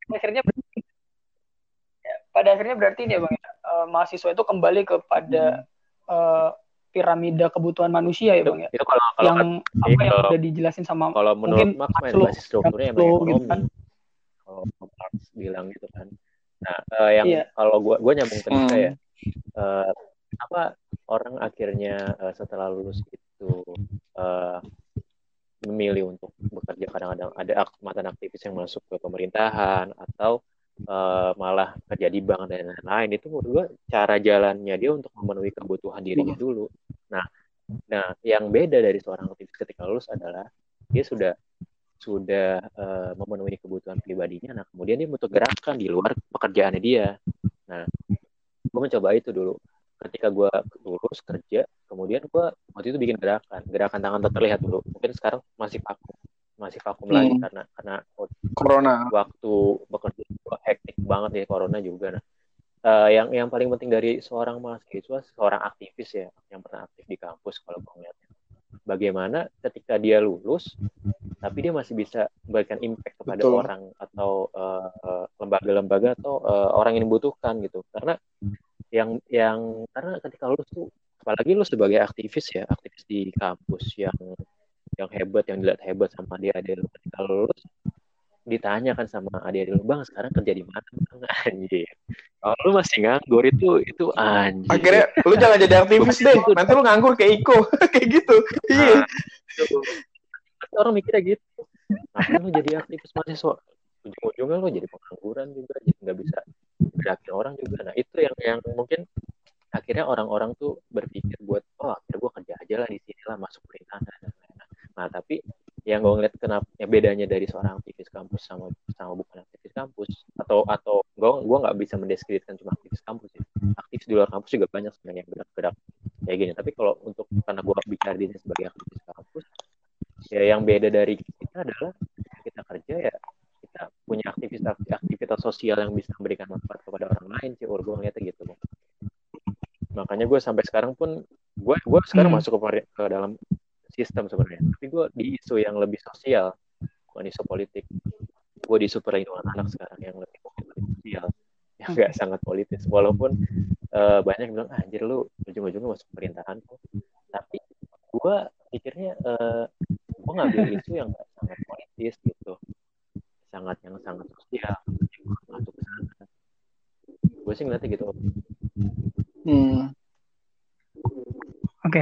Pada akhirnya berarti ini ya Bang, mahasiswa itu kembali kepada piramida kebutuhan manusia ya Bang ya. Itu kalau yang udah dijelasin sama kalau menurut Marx basis strukturnya emang ekonomi. Gitu kan. Kalau Marx bilang gitu kan. Nah, kalau gue nyambung ke Nika ya. Apa orang akhirnya setelah lulus itu memilih untuk bekerja, kadang-kadang ada mantan aktivis yang masuk ke pemerintahan atau malah kerja di bank dan lain-lain. Itu menurut gue cara jalannya dia untuk memenuhi kebutuhan dirinya dulu. Nah, yang beda dari seorang aktivis ketika lulus adalah dia sudah memenuhi kebutuhan pribadinya. Nah, kemudian dia butuh gerakan di luar pekerjaannya dia. Nah, gue mencoba itu dulu. Ketika gue lulus kerja, kemudian gue waktu itu bikin gerakan tangan tak terlihat dulu. Mungkin sekarang masih vakum lagi karena corona. Waktu bekerja hektik banget ya, corona juga. Nah, yang paling penting dari seorang mahasiswa, seorang aktivis ya, yang pernah aktif di kampus kalau gue ngeliatnya, bagaimana ketika dia lulus, tapi dia masih bisa memberikan impact kepada orang atau lembaga-lembaga atau orang yang dibutuhkan gitu. Karena karena ketika lulus tuh, apalagi lu sebagai aktivis di kampus yang hebat, yang dilihat hebat sama adik-adik lu, ketika lulus ditanyakan sama adik-adik lu, Bang sekarang kerja di mana Bang? Anjir, kalau lu masih nganggur itu anjir. Akhirnya lu jangan jadi aktivis deh, nanti lu nganggur kayak Iko kayak gitu. Iya. Orang mikirnya gitu. Nah, lu jadi aktivis mahasiswa, ujung-ujungnya lu jadi pengangguran juga, jadi nggak bisa gerakin orang juga. Nah, itu yang mungkin akhirnya orang-orang tuh berpikir buat akhirnya gue kerja aja lah di sini lah, masuk pemerintahan dan lain-lain. Nah, tapi yang gue ngeliat kenapa bedanya dari seorang aktivis kampus sama bukan aktivis kampus, atau gue nggak bisa mendeskripsikan cuma aktivis kampus ya. Aktivis di luar kampus juga banyak sebenarnya yang gerak-gerak kayak gini. Tapi kalau karena gue bicara diri sebagai aktivis kampus, ya yang beda dari kita adalah kita kerja ya kita punya aktivitas sosial yang bisa memberikan manfaat kepada orang lain sih. Gue ngeliatnya gitu. Makanya gue sampai sekarang pun gue sekarang masuk ke dalam sistem sebenarnya, tapi gue di isu yang lebih sosial, bukan isu politik. Gue di isu perlindungan anak sekarang yang lebih sosial, yang nggak sangat politis. Walaupun banyak yang bilang anjir lu ujung-ujungnya masuk pemerintahan kok. Tapi gue pikirnya gue ngambil isu yang nggak sangat politis gitu, yang sangat sosial, masuk ke sana. Gue sih ngeliatnya gitu. Oke.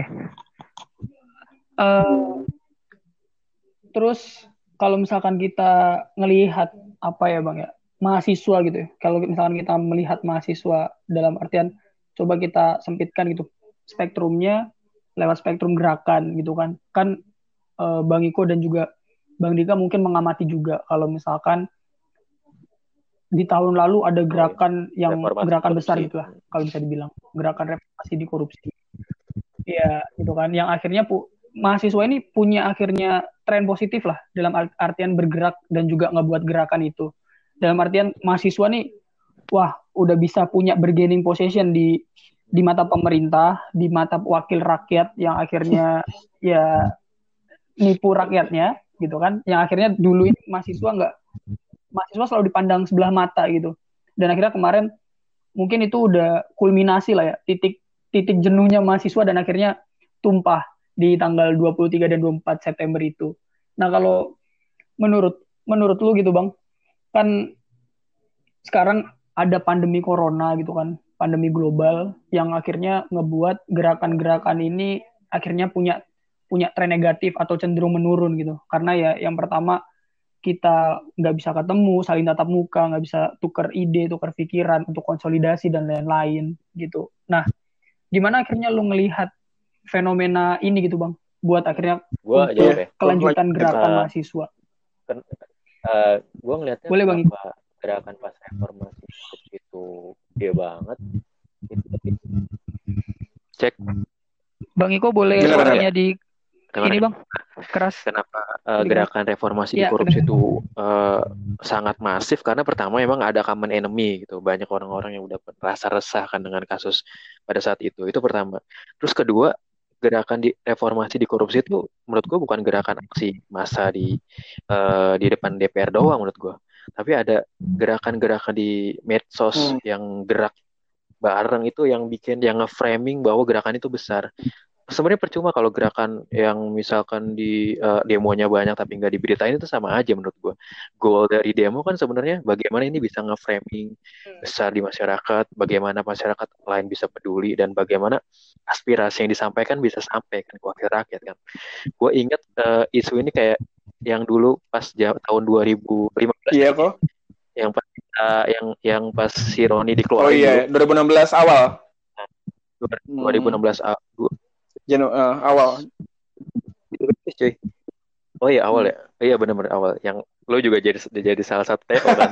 Terus kalau misalkan kita ngelihat apa ya Bang ya, mahasiswa gitu ya. Kalau misalkan kita melihat mahasiswa dalam artian coba kita sempitkan gitu spektrumnya lewat spektrum gerakan gitu kan. Kan Bang Iko dan juga Bang Dika mungkin mengamati juga kalau misalkan di tahun lalu ada gerakan yang gerakan besar gitu lah, kalau bisa dibilang gerakan reformasi di korupsi. Iya, gitu kan. Yang akhirnya mahasiswa ini punya akhirnya tren positif lah dalam artian bergerak dan juga ngebuat gerakan itu. Dalam artian mahasiswa nih, wah udah bisa punya bargaining position di mata pemerintah, di mata wakil rakyat yang akhirnya ya nipu rakyatnya gitu kan. Yang akhirnya dulu ini mahasiswa selalu dipandang sebelah mata gitu. Dan akhirnya kemarin mungkin itu udah kulminasi lah ya, titik jenuhnya mahasiswa dan akhirnya tumpah di tanggal 23 dan 24 September itu. Nah, kalau menurut lu gitu Bang, kan sekarang ada pandemi corona gitu kan. pandemi global yang akhirnya ngebuat gerakan-gerakan ini akhirnya punya tren negatif atau cenderung menurun gitu. Karena ya yang pertama kita nggak bisa ketemu, saling tatap muka, nggak bisa tukar ide, tukar pikiran untuk konsolidasi dan lain-lain gitu. Nah, gimana akhirnya lu ngelihat fenomena ini gitu Bang? Buat akhirnya Gua untuk jawab ya. kelanjutan gerakan mahasiswa. Gue ngelihatnya Boleh Bang. kenapa gerakan pas reformasi itu gede banget. Cek. Bang Iko boleh suaranya di ini Bang, keras. Kenapa gerakan reformasi di korupsi itu sangat masif? Karena pertama memang ada common enemy gitu, banyak orang-orang yang udah merasa resah kan dengan kasus pada saat itu pertama. Terus kedua, gerakan di reformasi di korupsi itu menurut gue bukan gerakan aksi massa di depan DPR doang menurut gue, tapi ada gerakan-gerakan di medsos yang gerak bareng itu yang bikin yang nge-framing bahwa gerakan itu besar. Sebenarnya percuma kalau gerakan yang misalkan di demonya banyak tapi nggak diberitain itu sama aja menurut gue. Goal dari demo kan sebenarnya bagaimana ini bisa nge-framing besar di masyarakat, bagaimana masyarakat lain bisa peduli, dan bagaimana aspirasi yang disampaikan bisa sampai kan ke wakil rakyat kan. Gue ingat isu ini kayak yang dulu pas tahun 2015. Iya kok. Yang pas si Roni dikeluarin. Oh iya, 2016 awal. 2016 awal. Oh iya awal ya. Iya benar-benar awal. Yang lo juga jadi salah satu TO kan.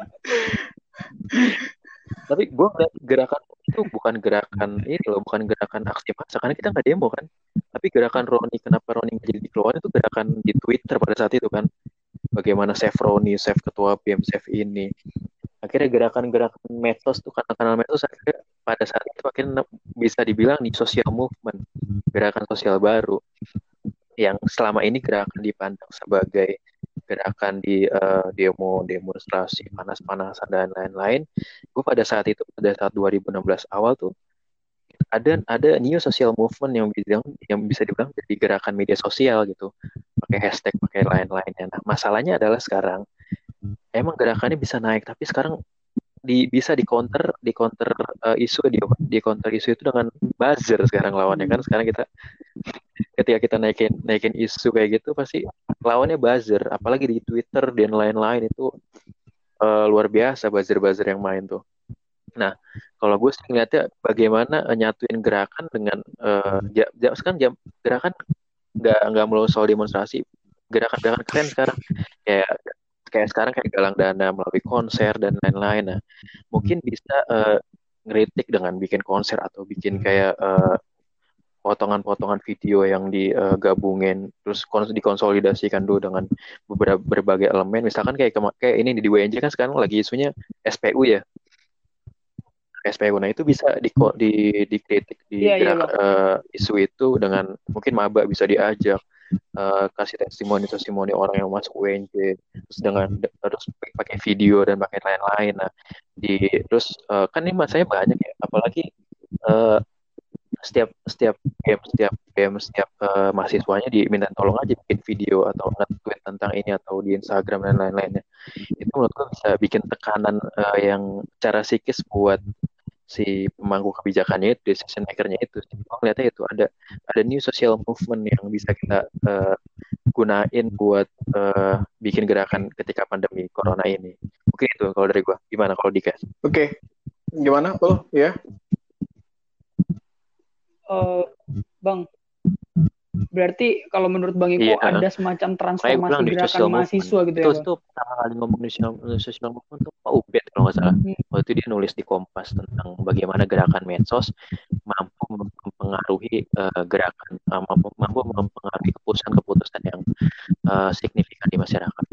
Tapi gue ngeliat gerakan itu bukan gerakan ini loh, bukan gerakan aksi massa karena kita nggak demo kan. Tapi gerakan Roni, kenapa Roni nggak jadi dikeluarin itu gerakan di Twitter pada saat itu kan. Bagaimana save Roni, save ketua BEM, save ini. Akhirnya gerakan-gerakan medsos tuh, kanal-kanal medsos akhirnya pada saat itu akhirnya bisa dibilang di social movement, gerakan sosial baru yang selama ini gerakan dipandang sebagai gerakan di demo, demonstrasi, panas-panasan dan lain-lain. Gue pada saat 2016 awal tuh ada new social movement yang bisa dibilang jadi gerakan media sosial gitu, pakai hashtag, pakai lain-lainnya. Nah masalahnya adalah sekarang emang gerakannya bisa naik, tapi sekarang bisa di counter isu itu dengan buzzer sekarang lawannya kan. Sekarang ketika kita naikin isu kayak gitu pasti lawannya buzzer, apalagi di Twitter dan lain-lain itu luar biasa buzzer yang main tuh. Nah kalau gue sih ngeliatnya bagaimana nyatuin gerakan dengan sekarang gerakan nggak melulu soal demonstrasi, gerakan keren sekarang kayak sekarang kayak galang dana melalui konser dan lain-lain. Nah, mungkin bisa ngeritik dengan bikin konser atau bikin kayak potongan-potongan video yang digabungin terus dikonsolidasikan dulu dengan berbagai elemen. Misalkan kayak ini di WNJ kan sekarang lagi isunya SPU ya. SPU. Nah, itu bisa dikritik isu itu dengan mungkin maba bisa diajak kasih testimoni orang yang masuk UNJ terus pakai video dan pakai lain-lain. Nah, terus kan ini masanya banyak ya, apalagi setiap mahasiswanya diminta tolong aja bikin video atau nge-tweet tentang ini atau di Instagram dan lain-lainnya. Itu menurut gue bisa bikin tekanan yang secara psikis buat si pemangku kebijakannya itu, decision maker-nya itu. Aku lihatnya itu ada new social movement yang bisa kita gunain buat bikin gerakan ketika pandemi corona ini. Mungkin itu kalau dari gua. Gimana kalau Dika? Oke. Gimana lo? Ya. Bang, berarti kalau menurut Bang Iko ada semacam transformasi gerakan mahasiswa gitu ya? Itu pertama kali ngomong social movement tuh Pak Ubed kalau nggak salah. Waktu itu dia nulis di Kompas tentang bagaimana gerakan medsos mampu mempengaruhi gerakan, mampu mempengaruhi keputusan-keputusan yang signifikan di masyarakat.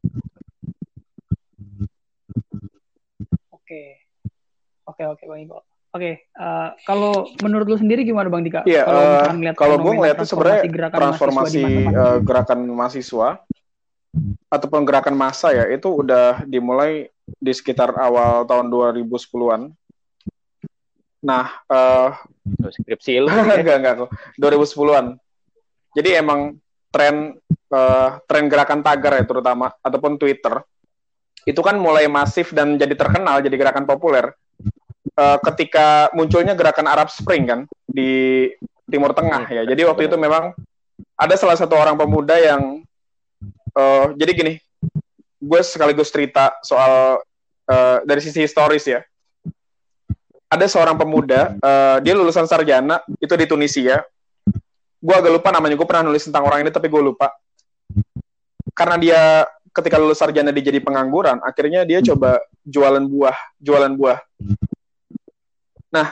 Oke Bang Iko. Oke, kalau menurut lu sendiri gimana Bang Dika? Iya, kalau gue ngeliatnya sebenarnya transformasi gerakan mahasiswa ataupun gerakan massa ya itu udah dimulai di sekitar awal tahun 2010-an. Nah, skripsi lu enggak 2010-an. Jadi emang tren gerakan tagar ya terutama ataupun Twitter itu kan mulai masif dan jadi terkenal, jadi gerakan populer. ketika munculnya gerakan Arab Spring kan di Timur Tengah ya. Jadi waktu itu memang ada salah satu orang pemuda yang jadi gini, gue sekaligus cerita soal dari sisi historis ya. Ada seorang pemuda, dia lulusan sarjana itu di Tunisia. Gue agak lupa namanya, gue pernah nulis tentang orang ini tapi gue lupa. Karena dia ketika lulus sarjana dia jadi pengangguran, akhirnya dia coba jualan buah. Nah,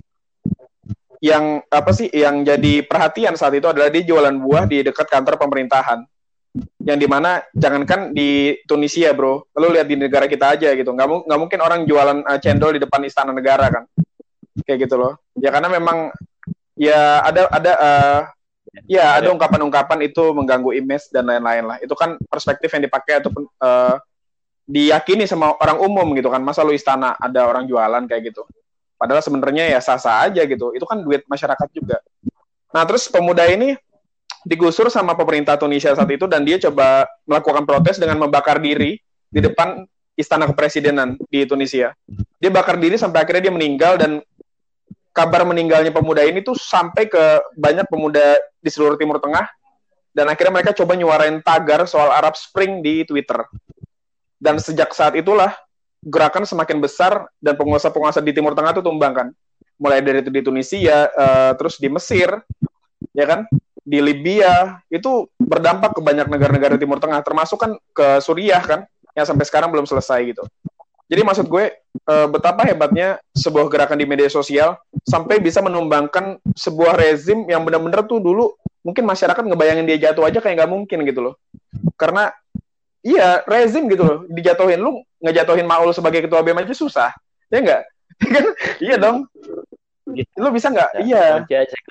yang jadi perhatian saat itu adalah dia jualan buah di dekat kantor pemerintahan. Yang dimana jangankan di Tunisia bro, lalu lihat di negara kita aja gitu, nggak mungkin orang jualan cendol di depan istana negara kan, kayak gitu loh. Ya karena memang ya ada ungkapan-ungkapan itu mengganggu image dan lain-lain lah. Itu kan perspektif yang dipakai ataupun diyakini sama orang umum gitu kan. Masa lu istana ada orang jualan kayak gitu. Padahal sebenarnya ya sah-sah aja gitu. Itu kan duit masyarakat juga. Nah terus pemuda ini digusur sama pemerintah Tunisia saat itu dan dia coba melakukan protes dengan membakar diri di depan istana kepresidenan di Tunisia. Dia bakar diri sampai akhirnya dia meninggal dan kabar meninggalnya pemuda ini tuh sampai ke banyak pemuda di seluruh Timur Tengah dan akhirnya mereka coba nyuarain tagar soal Arab Spring di Twitter. Dan sejak saat itulah gerakan semakin besar dan penguasa-penguasa di Timur Tengah tuh tumbang kan. Mulai dari itu di Tunisia, terus di Mesir, ya kan? Di Libya, itu berdampak ke banyak negara-negara Timur Tengah, termasuk kan ke Suriah kan, yang sampai sekarang belum selesai gitu. Jadi maksud gue, betapa hebatnya sebuah gerakan di media sosial sampai bisa menumbangkan sebuah rezim yang benar-benar tuh dulu mungkin masyarakat ngebayangin dia jatuh aja kayak nggak mungkin gitu loh. Karena iya rezim gitu loh, dijatuhin, lu ngejatuhin Maul sebagai ketua BEM aja susah, ya nggak? Iya dong. Lu bisa nggak? Iya.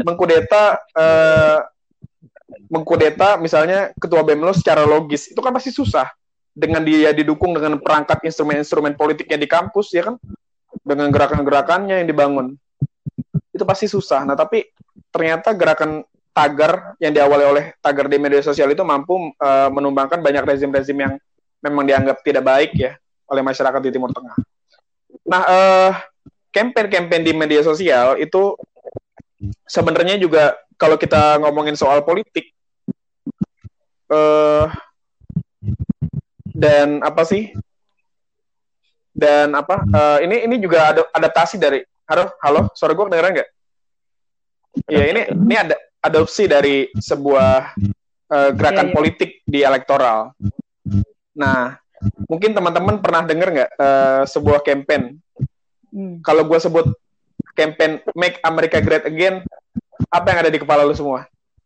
Mengkudeta misalnya ketua BEM lo secara logis itu kan pasti susah. Dengan dia didukung dengan perangkat instrumen-instrumen politiknya di kampus, ya kan, dengan gerakan-gerakannya yang dibangun, itu pasti susah. Nah tapi ternyata gerakan tagar yang diawali oleh tagar di media sosial itu mampu menumbangkan banyak rezim-rezim yang memang dianggap tidak baik ya oleh masyarakat di Timur Tengah. Nah campaign-campaign di media sosial itu sebenarnya juga kalau kita ngomongin soal politik ini juga ada adaptasi dari halo suara gue kedengeran nggak? Iya ini ada adopsi dari sebuah gerakan politik di elektoral. Nah mungkin teman-teman pernah dengar nggak sebuah campaign? Kalau gue sebut campaign Make America Great Again, apa yang ada di kepala lu semua?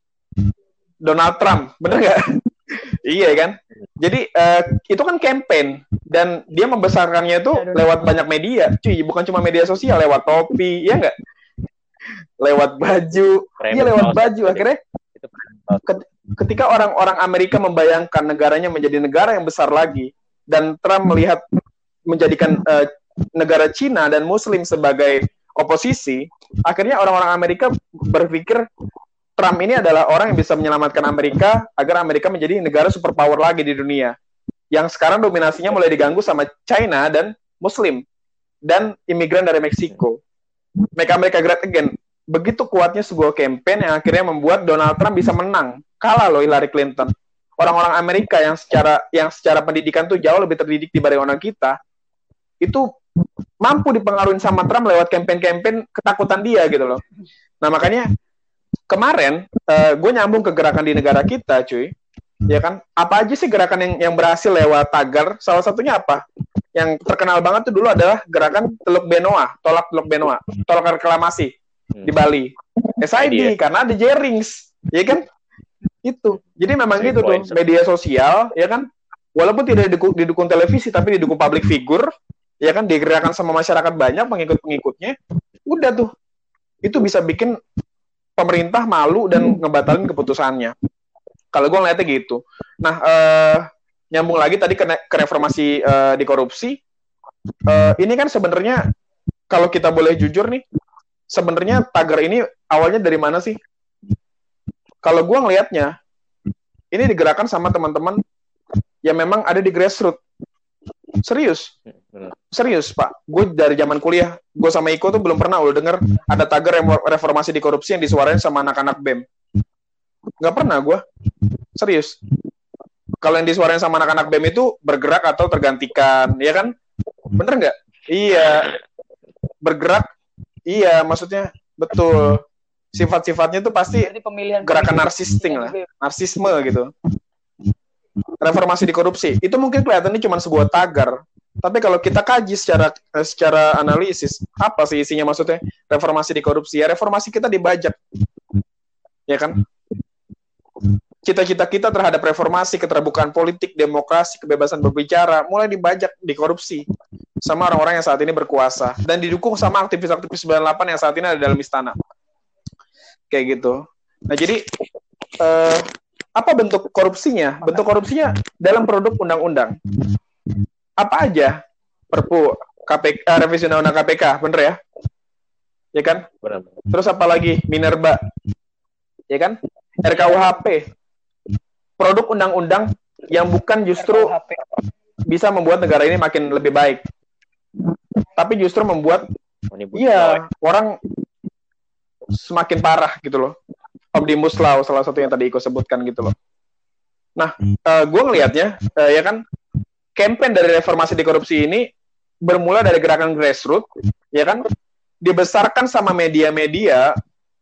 Donald Trump, bener nggak? Iya kan? Jadi itu kan campaign dan dia membesarkannya itu lewat banyak media, cuy, bukan cuma media sosial, lewat topi, ya nggak? Lewat baju, iya lewat baju. Akhirnya ketika orang-orang Amerika membayangkan negaranya menjadi negara yang besar lagi dan Trump melihat menjadikan negara Cina dan Muslim sebagai oposisi, akhirnya orang-orang Amerika berpikir Trump ini adalah orang yang bisa menyelamatkan Amerika agar Amerika menjadi negara superpower lagi di dunia. Yang sekarang dominasinya mulai diganggu sama China dan Muslim dan imigran dari Meksiko. Make America Great Again. Begitu kuatnya sebuah campaign yang akhirnya membuat Donald Trump bisa menang. Kalah loh Hillary Clinton. Orang-orang Amerika yang secara pendidikan tuh jauh lebih terdidik dibanding orang kita, itu mampu dipengaruhi sama Trump lewat campaign-campaign ketakutan dia gitu loh. Nah makanya kemarin gue nyambung ke gerakan di negara kita, cuy. Ya kan? Apa aja sih gerakan yang berhasil lewat tagar? Salah satunya apa? Yang terkenal banget tuh dulu adalah gerakan Teluk Benoa, tolak reklamasi di Bali. SID karena ada Jerings, ya kan? Itu. Jadi memang gitu tuh, media sosial, ya kan? Walaupun tidak didukung televisi tapi didukung public figure, ya kan, digerakkan sama masyarakat banyak, pengikut-pengikutnya. Udah tuh. Itu bisa bikin pemerintah malu dan ngebatalin keputusannya. Kalau gue ngeliatnya gitu. Nah, nyambung lagi tadi ke reformasi di korupsi. Ini kan sebenarnya kalau kita boleh jujur nih, sebenarnya tagar ini awalnya dari mana sih? Kalau gue ngelihatnya, ini digerakkan sama teman-teman yang memang ada di grassroots. Serius. Serius Pak, gue dari zaman kuliah, gue sama Iko tuh belum pernah lo denger ada tagar reformasi di korupsi yang disuarain sama anak-anak BEM. Nggak pernah gue, serius. Kalau yang disuarain sama anak-anak BEM itu bergerak atau tergantikan, ya kan? Bener nggak? Iya, bergerak, iya maksudnya betul. Sifat-sifatnya tuh pasti gerakan narsisme gitu. Reformasi di korupsi, itu mungkin kelihatannya cuma sebuah tagar. Tapi kalau kita kaji secara analisis, apa sih isinya maksudnya reformasi di korupsi? Ya reformasi kita dibajak. Ya kan? Cita-cita kita terhadap reformasi, keterbukaan politik, demokrasi, kebebasan berbicara, mulai dibajak di korupsi sama orang-orang yang saat ini berkuasa. Dan didukung sama aktivis-aktivis 98 yang saat ini ada dalam istana. Kayak gitu. Nah jadi, apa bentuk korupsinya? Bentuk korupsinya dalam produk undang-undang. Apa aja? Perpu, KPK, revisi undang-undang KPK, bener ya? Ya kan? Benar. Terus apa lagi? Minerba. Ya kan? RKUHP. Produk undang-undang yang bukan justru bisa membuat negara ini makin lebih baik. Tapi justru membuat orang semakin parah gitu loh. Omnibus Law salah satu yang tadi Iko sebutkan gitu loh. Nah, gue ngelihatnya ya kan, campaign dari reformasi di korupsi ini bermula dari gerakan grassroots, ya kan, dibesarkan sama media-media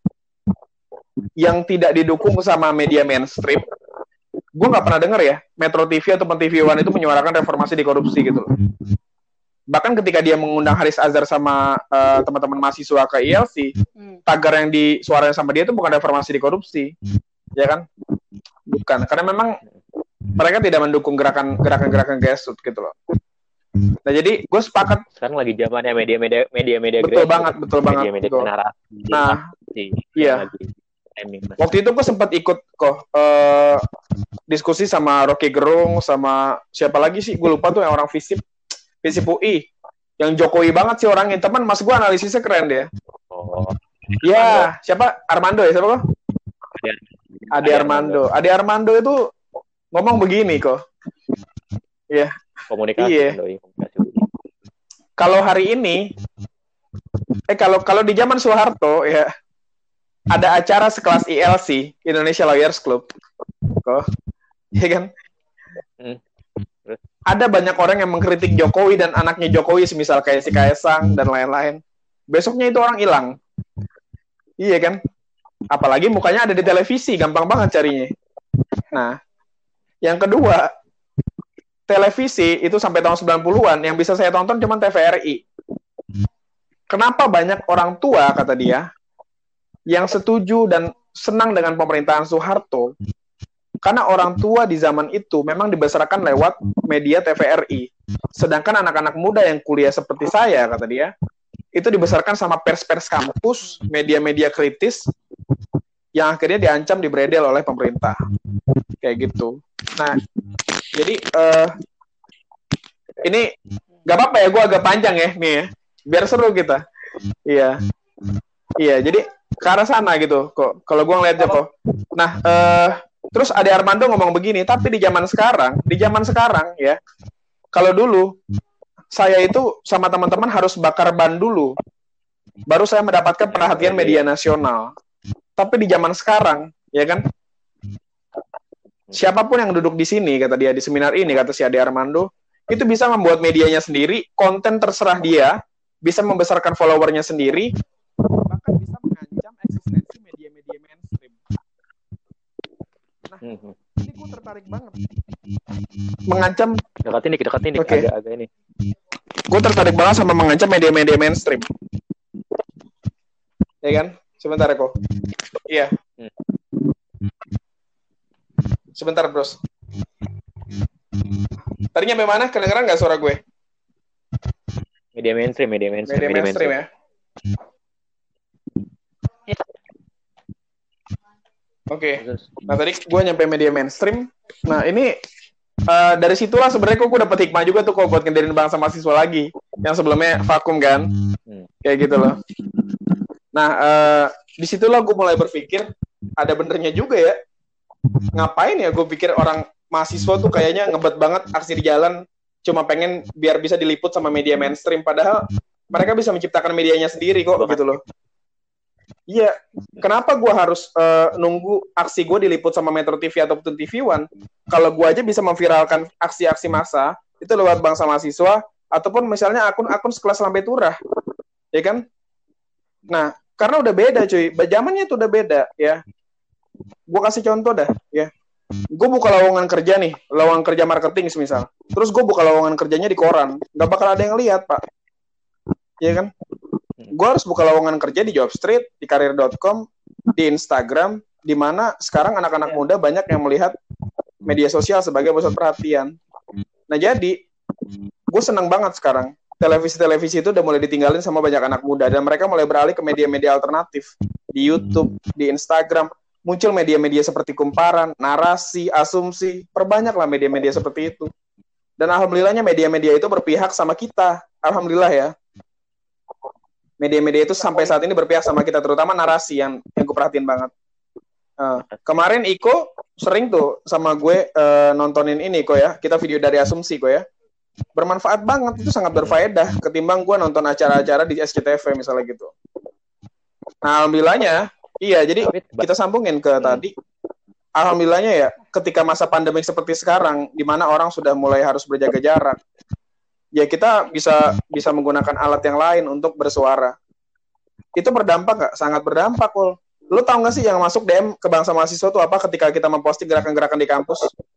yang tidak didukung sama media mainstream. Gue nggak pernah dengar ya Metro TV atau TV One itu menyuarakan reformasi di korupsi gitu loh. Bahkan ketika dia mengundang Haris Azhar sama teman-teman mahasiswa ke ILC, tagar yang disuarakan sama dia itu bukan reformasi di korupsi, ya kan? Bukan, karena memang mereka tidak mendukung gerakan grassroots gitu loh. Nah jadi gue sepakat. Sekarang lagi zamannya media-media betul banget. Media narasi. Nah, iya. Waktu itu gue sempat ikut diskusi sama Rocky Gerung sama siapa lagi sih, gue lupa tuh yang orang FISIP UI yang Jokowi banget sih orangnya. Teman mas gue analisisnya keren deh. Ya, siapa? Armando ya, siapa kok? Ade Armando itu ngomong begini kok. Iya. Komunikasi. Iya. Kalau hari ini kalau di zaman Soeharto ya ada acara sekelas ILC, Indonesia Lawyers Club. Kok? Iya kan? Ada banyak orang yang mengkritik Jokowi dan anaknya Jokowi, semisal kayak si Kaesang dan lain-lain. Besoknya itu orang hilang. Iya kan? Apalagi mukanya ada di televisi, gampang banget carinya. Nah, yang kedua, televisi itu sampai tahun 90-an, yang bisa saya tonton cuma TVRI. Kenapa banyak orang tua, kata dia, yang setuju dan senang dengan pemerintahan Soeharto? Karena orang tua di zaman itu memang dibesarkan lewat media TVRI. Sedangkan anak-anak muda yang kuliah seperti saya, kata dia, itu dibesarkan sama pers-pers kampus, media-media kritis, yang akhirnya diancam, dibredel oleh pemerintah. Kayak gitu. Nah, jadi ini gak apa-apa ya, gue agak panjang ya, nih ya. Biar seru kita. Iya, jadi ke arah sana gitu kok. Kalau gue ngeliatnya kok. Nah, terus Ade Armando ngomong begini, tapi di zaman sekarang ya, kalau dulu saya itu sama teman-teman harus bakar ban dulu, baru saya mendapatkan perhatian media nasional. Tapi di zaman sekarang, ya kan, siapapun yang duduk di sini, kata dia, di seminar ini, kata si Ade Armando, itu bisa membuat medianya sendiri, konten terserah dia, bisa membesarkan followernya sendiri, bahkan bisa mengancam eksistensi media-media mainstream. Nah, ini gue tertarik banget. Mengancam. Dekat ini. Okay. Agak ini. Gue tertarik banget sama mengancam media-media mainstream. Ya kan? Sebentar ya kok. Iya. Sebentar, Bros. Tadi nyampe mana? Kedengeran nggak suara gue? Media mainstream ya. Oke. Nah tadi gue nyampe media mainstream. Nah ini dari situlah sebenarnya gue dapet hikmah juga tuh kok buat ngedengerin bangsa mahasiswa lagi. Yang sebelumnya vakum kan, kayak gitu loh. Nah disitulah gue mulai berpikir ada benernya juga ya. Ngapain ya gue pikir orang mahasiswa tuh kayaknya ngebet banget aksi di jalan cuma pengen biar bisa diliput sama media mainstream, padahal mereka bisa menciptakan medianya sendiri kok gitu loh. Iya, kenapa gue harus nunggu aksi gue diliput sama Metro TV ataupun TV One kalau gue aja bisa memviralkan aksi-aksi massa itu lewat Bangsa Mahasiswa ataupun misalnya akun-akun sekelas Lambe Turah, ya kan? Nah, karena udah beda cuy, zamannya itu udah beda ya. Gue kasih contoh dah ya. Gue buka lowongan kerja nih, lowongan kerja marketing misal. Terus gue buka lowongan kerjanya di koran, nggak bakal ada yang lihat pak, ya kan? Gue harus buka lowongan kerja di Jobstreet, di Karir.com, di Instagram, di mana sekarang anak-anak muda banyak yang melihat media sosial sebagai pusat perhatian. Nah jadi, gue seneng banget sekarang. Televisi-televisi itu udah mulai ditinggalin sama banyak anak muda dan mereka mulai beralih ke media-media alternatif di YouTube, di Instagram. Muncul media-media seperti Kumparan, Narasi, Asumsi, perbanyaklah media-media seperti itu. Dan alhamdulillahnya media-media itu berpihak sama kita. Alhamdulillah ya. Media-media itu sampai saat ini berpihak sama kita, terutama Narasi yang gue perhatiin banget. Kemarin Iko sering tuh sama gue nontonin ini kok ya, kita video dari Asumsi kok ya. Bermanfaat banget, itu sangat berfaedah ketimbang gue nonton acara-acara di SCTV misalnya gitu. Nah alhamdulillahnya, iya, jadi kita sambungin ke tadi. Alhamdulillahnya ya, ketika masa pandemik seperti sekarang, di mana orang sudah mulai harus berjaga jarak, ya kita bisa menggunakan alat yang lain untuk bersuara. Itu berdampak nggak? Sangat berdampak, Ul. Lu tahu nggak sih yang masuk DM ke Bangsa Mahasiswa itu apa ketika kita memposting gerakan-gerakan di kampus?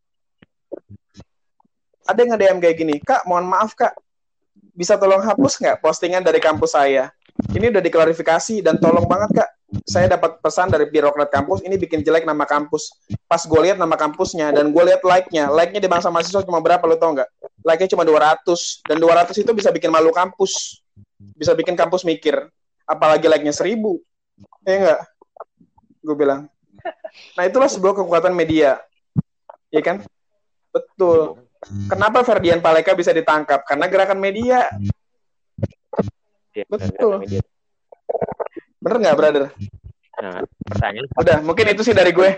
Ada yang nge-DM kayak gini, Kak, mohon maaf Kak, bisa tolong hapus nggak postingan dari kampus saya? Ini udah diklarifikasi dan tolong banget Kak, saya dapat pesan dari birokrat kampus, ini bikin jelek nama kampus. Pas gue lihat nama kampusnya dan gue lihat like-nya di Bangsa Mahasiswa cuma berapa, lu tau nggak? Like-nya cuma 200, dan 200 itu bisa bikin malu kampus, bisa bikin kampus mikir, apalagi like-nya 1000, ya nggak? Gue bilang. Nah itulah sebuah kekuatan media, ya kan? Betul. Kenapa Ferdian Paleka bisa ditangkap? Karena gerakan media. Ya, betul. Media. Bener nggak, brother? Nah, pertanyaan. Udah, mungkin itu sih dari gue.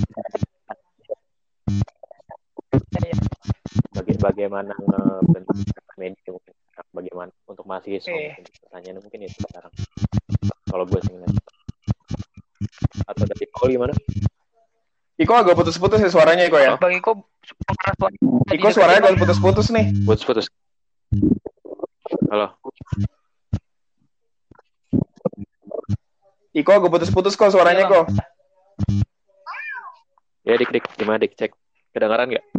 Bagaimana bentuk media mungkin? Bagaimana untuk mahasiswa? Pertanyaan mungkin itu sekarang. Kalau gue sih ngeliat. Atau dari Iko gimana? Iko agak putus-putus ya suaranya Iko ya. Bang Iko suaranya agak putus-putus nih. Putus-putus. Halo. Iko agak putus-putus kok suaranya kok. Ya dik gimana dik, cek kedengaran nggak?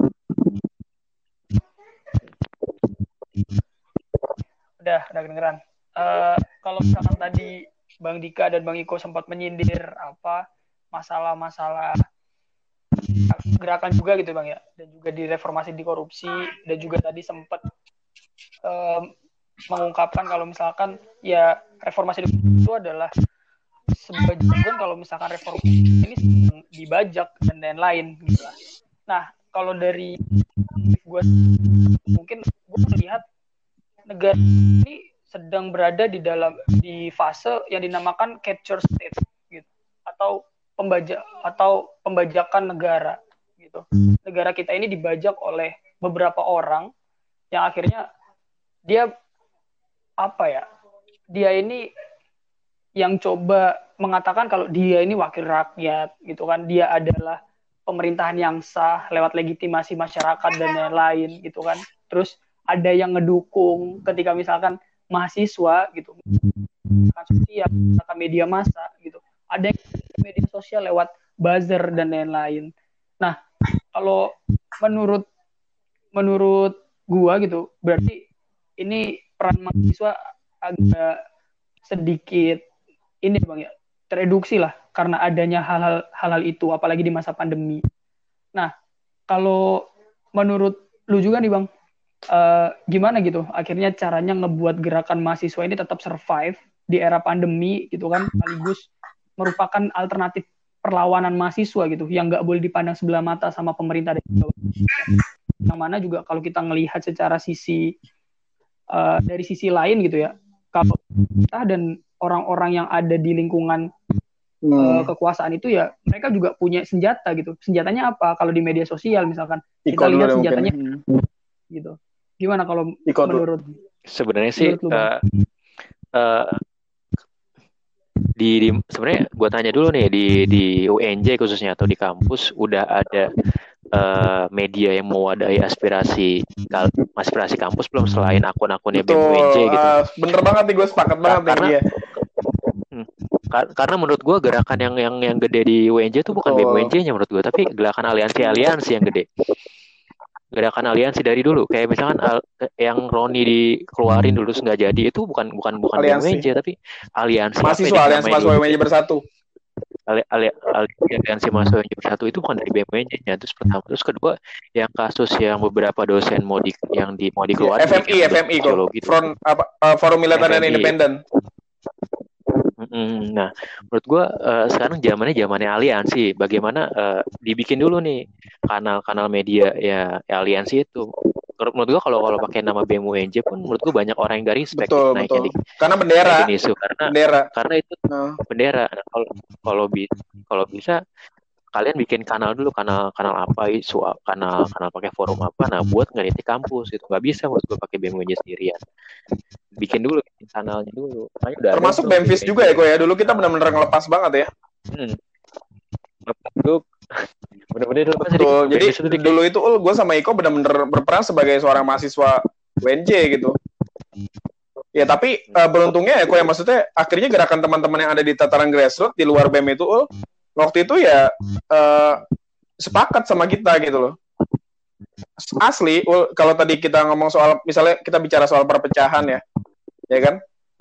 Udah kedengeran. Kalau misalkan tadi Bang Dika dan Bang Iko sempat menyindir apa masalah-masalah gerakan juga gitu Bang ya, dan juga di reformasi di korupsi, dan juga tadi sempat mengungkapkan kalau misalkan ya reformasi itu adalah sebuah jargon kalau misalkan reformasi ini dibajak dan lain-lain gitu lah. Nah kalau dari gue mungkin gue melihat negara ini sedang berada di fase yang dinamakan capture state gitu, atau pembajakan negara gitu. Negara kita ini dibajak oleh beberapa orang yang akhirnya dia ini yang coba mengatakan kalau dia ini wakil rakyat gitu kan, dia adalah pemerintahan yang sah lewat legitimasi masyarakat dan lain-lain gitu kan. Terus ada yang ngedukung ketika misalkan mahasiswa gitu, sosial, media massa gitu, ada yang media sosial lewat buzzer dan lain-lain. Nah, kalau menurut gua gitu, berarti ini peran mahasiswa agak sedikit ini Bang ya, tereduksi lah karena adanya hal-hal itu, apalagi di masa pandemi. Nah, kalau menurut lu juga nih Bang, gimana gitu akhirnya caranya ngebuat gerakan mahasiswa ini tetap survive di era pandemi gitu kan, sekaligus merupakan alternatif perlawanan mahasiswa gitu yang nggak boleh dipandang sebelah mata sama pemerintah dan yang mana juga kalau kita ngelihat secara sisi dari sisi lain gitu ya, kalau kita dan orang-orang yang ada di lingkungan kekuasaan itu ya mereka juga punya senjata gitu. Senjatanya apa? Kalau di media sosial misalkan kita lihat senjatanya gitu. Gimana kalau Iko dulu. menurut Sebenarnya sih lu, Bang? sebenarnya gue tanya dulu nih di UNJ khususnya atau di kampus udah ada media yang mewadahi aspirasi kampus belum selain akun-akunnya BEM UNJ gitu. Bener banget nih, gue sepakat banget nih dia. Karena menurut gue gerakan yang gede di UNJ itu bukan BEM UNJ-nya menurut gue, tapi gerakan aliansi yang gede. Gerakan aliansi dari dulu, kayak misalkan yang Roni dikeluarin dulu nggak jadi, itu bukan BEM UNJ tapi aliansi mahasiswa UNJ bersatu. Aliansi mahasiswa UNJ bersatu itu bukan dari BEM UNJ-nya. Terus pertama, terus kedua yang kasus yang beberapa dosen mau dikeluarin FMI kok. Forum Militer dan Independen. Nah, menurut gue sekarang zamannya aliansi. Bagaimana dibikin dulu nih kanal-kanal media ya aliansi itu. Menurut gue kalau pakai nama BEM UNJ pun menurut gue banyak orang yang gak respect naiknya karena bendera. Isu karena itu bendera. Nah, kalau bisa kalian bikin kanal dulu, kanal apa isu, kanal pakai forum apa, nah buat ngeritik kampus itu nggak bisa menurut gue pakai BEM UNJ sendirian. Bikin kanalnya dulu. Termasuk BEMFIS juga ya kok ya. Dulu kita benar-benar ngelepas banget ya. Benar-benar lepas. Jadi dulu itu gue sama Iko benar-benar berperan sebagai seorang mahasiswa UNJ gitu. Ya tapi beruntungnya ya kok ya, maksudnya akhirnya gerakan teman-teman yang ada di tataran grassroots di luar BEM itu waktu itu ya sepakat sama kita gitu loh. Asli, kalau tadi kita ngomong soal, misalnya kita bicara soal perpecahan ya kan?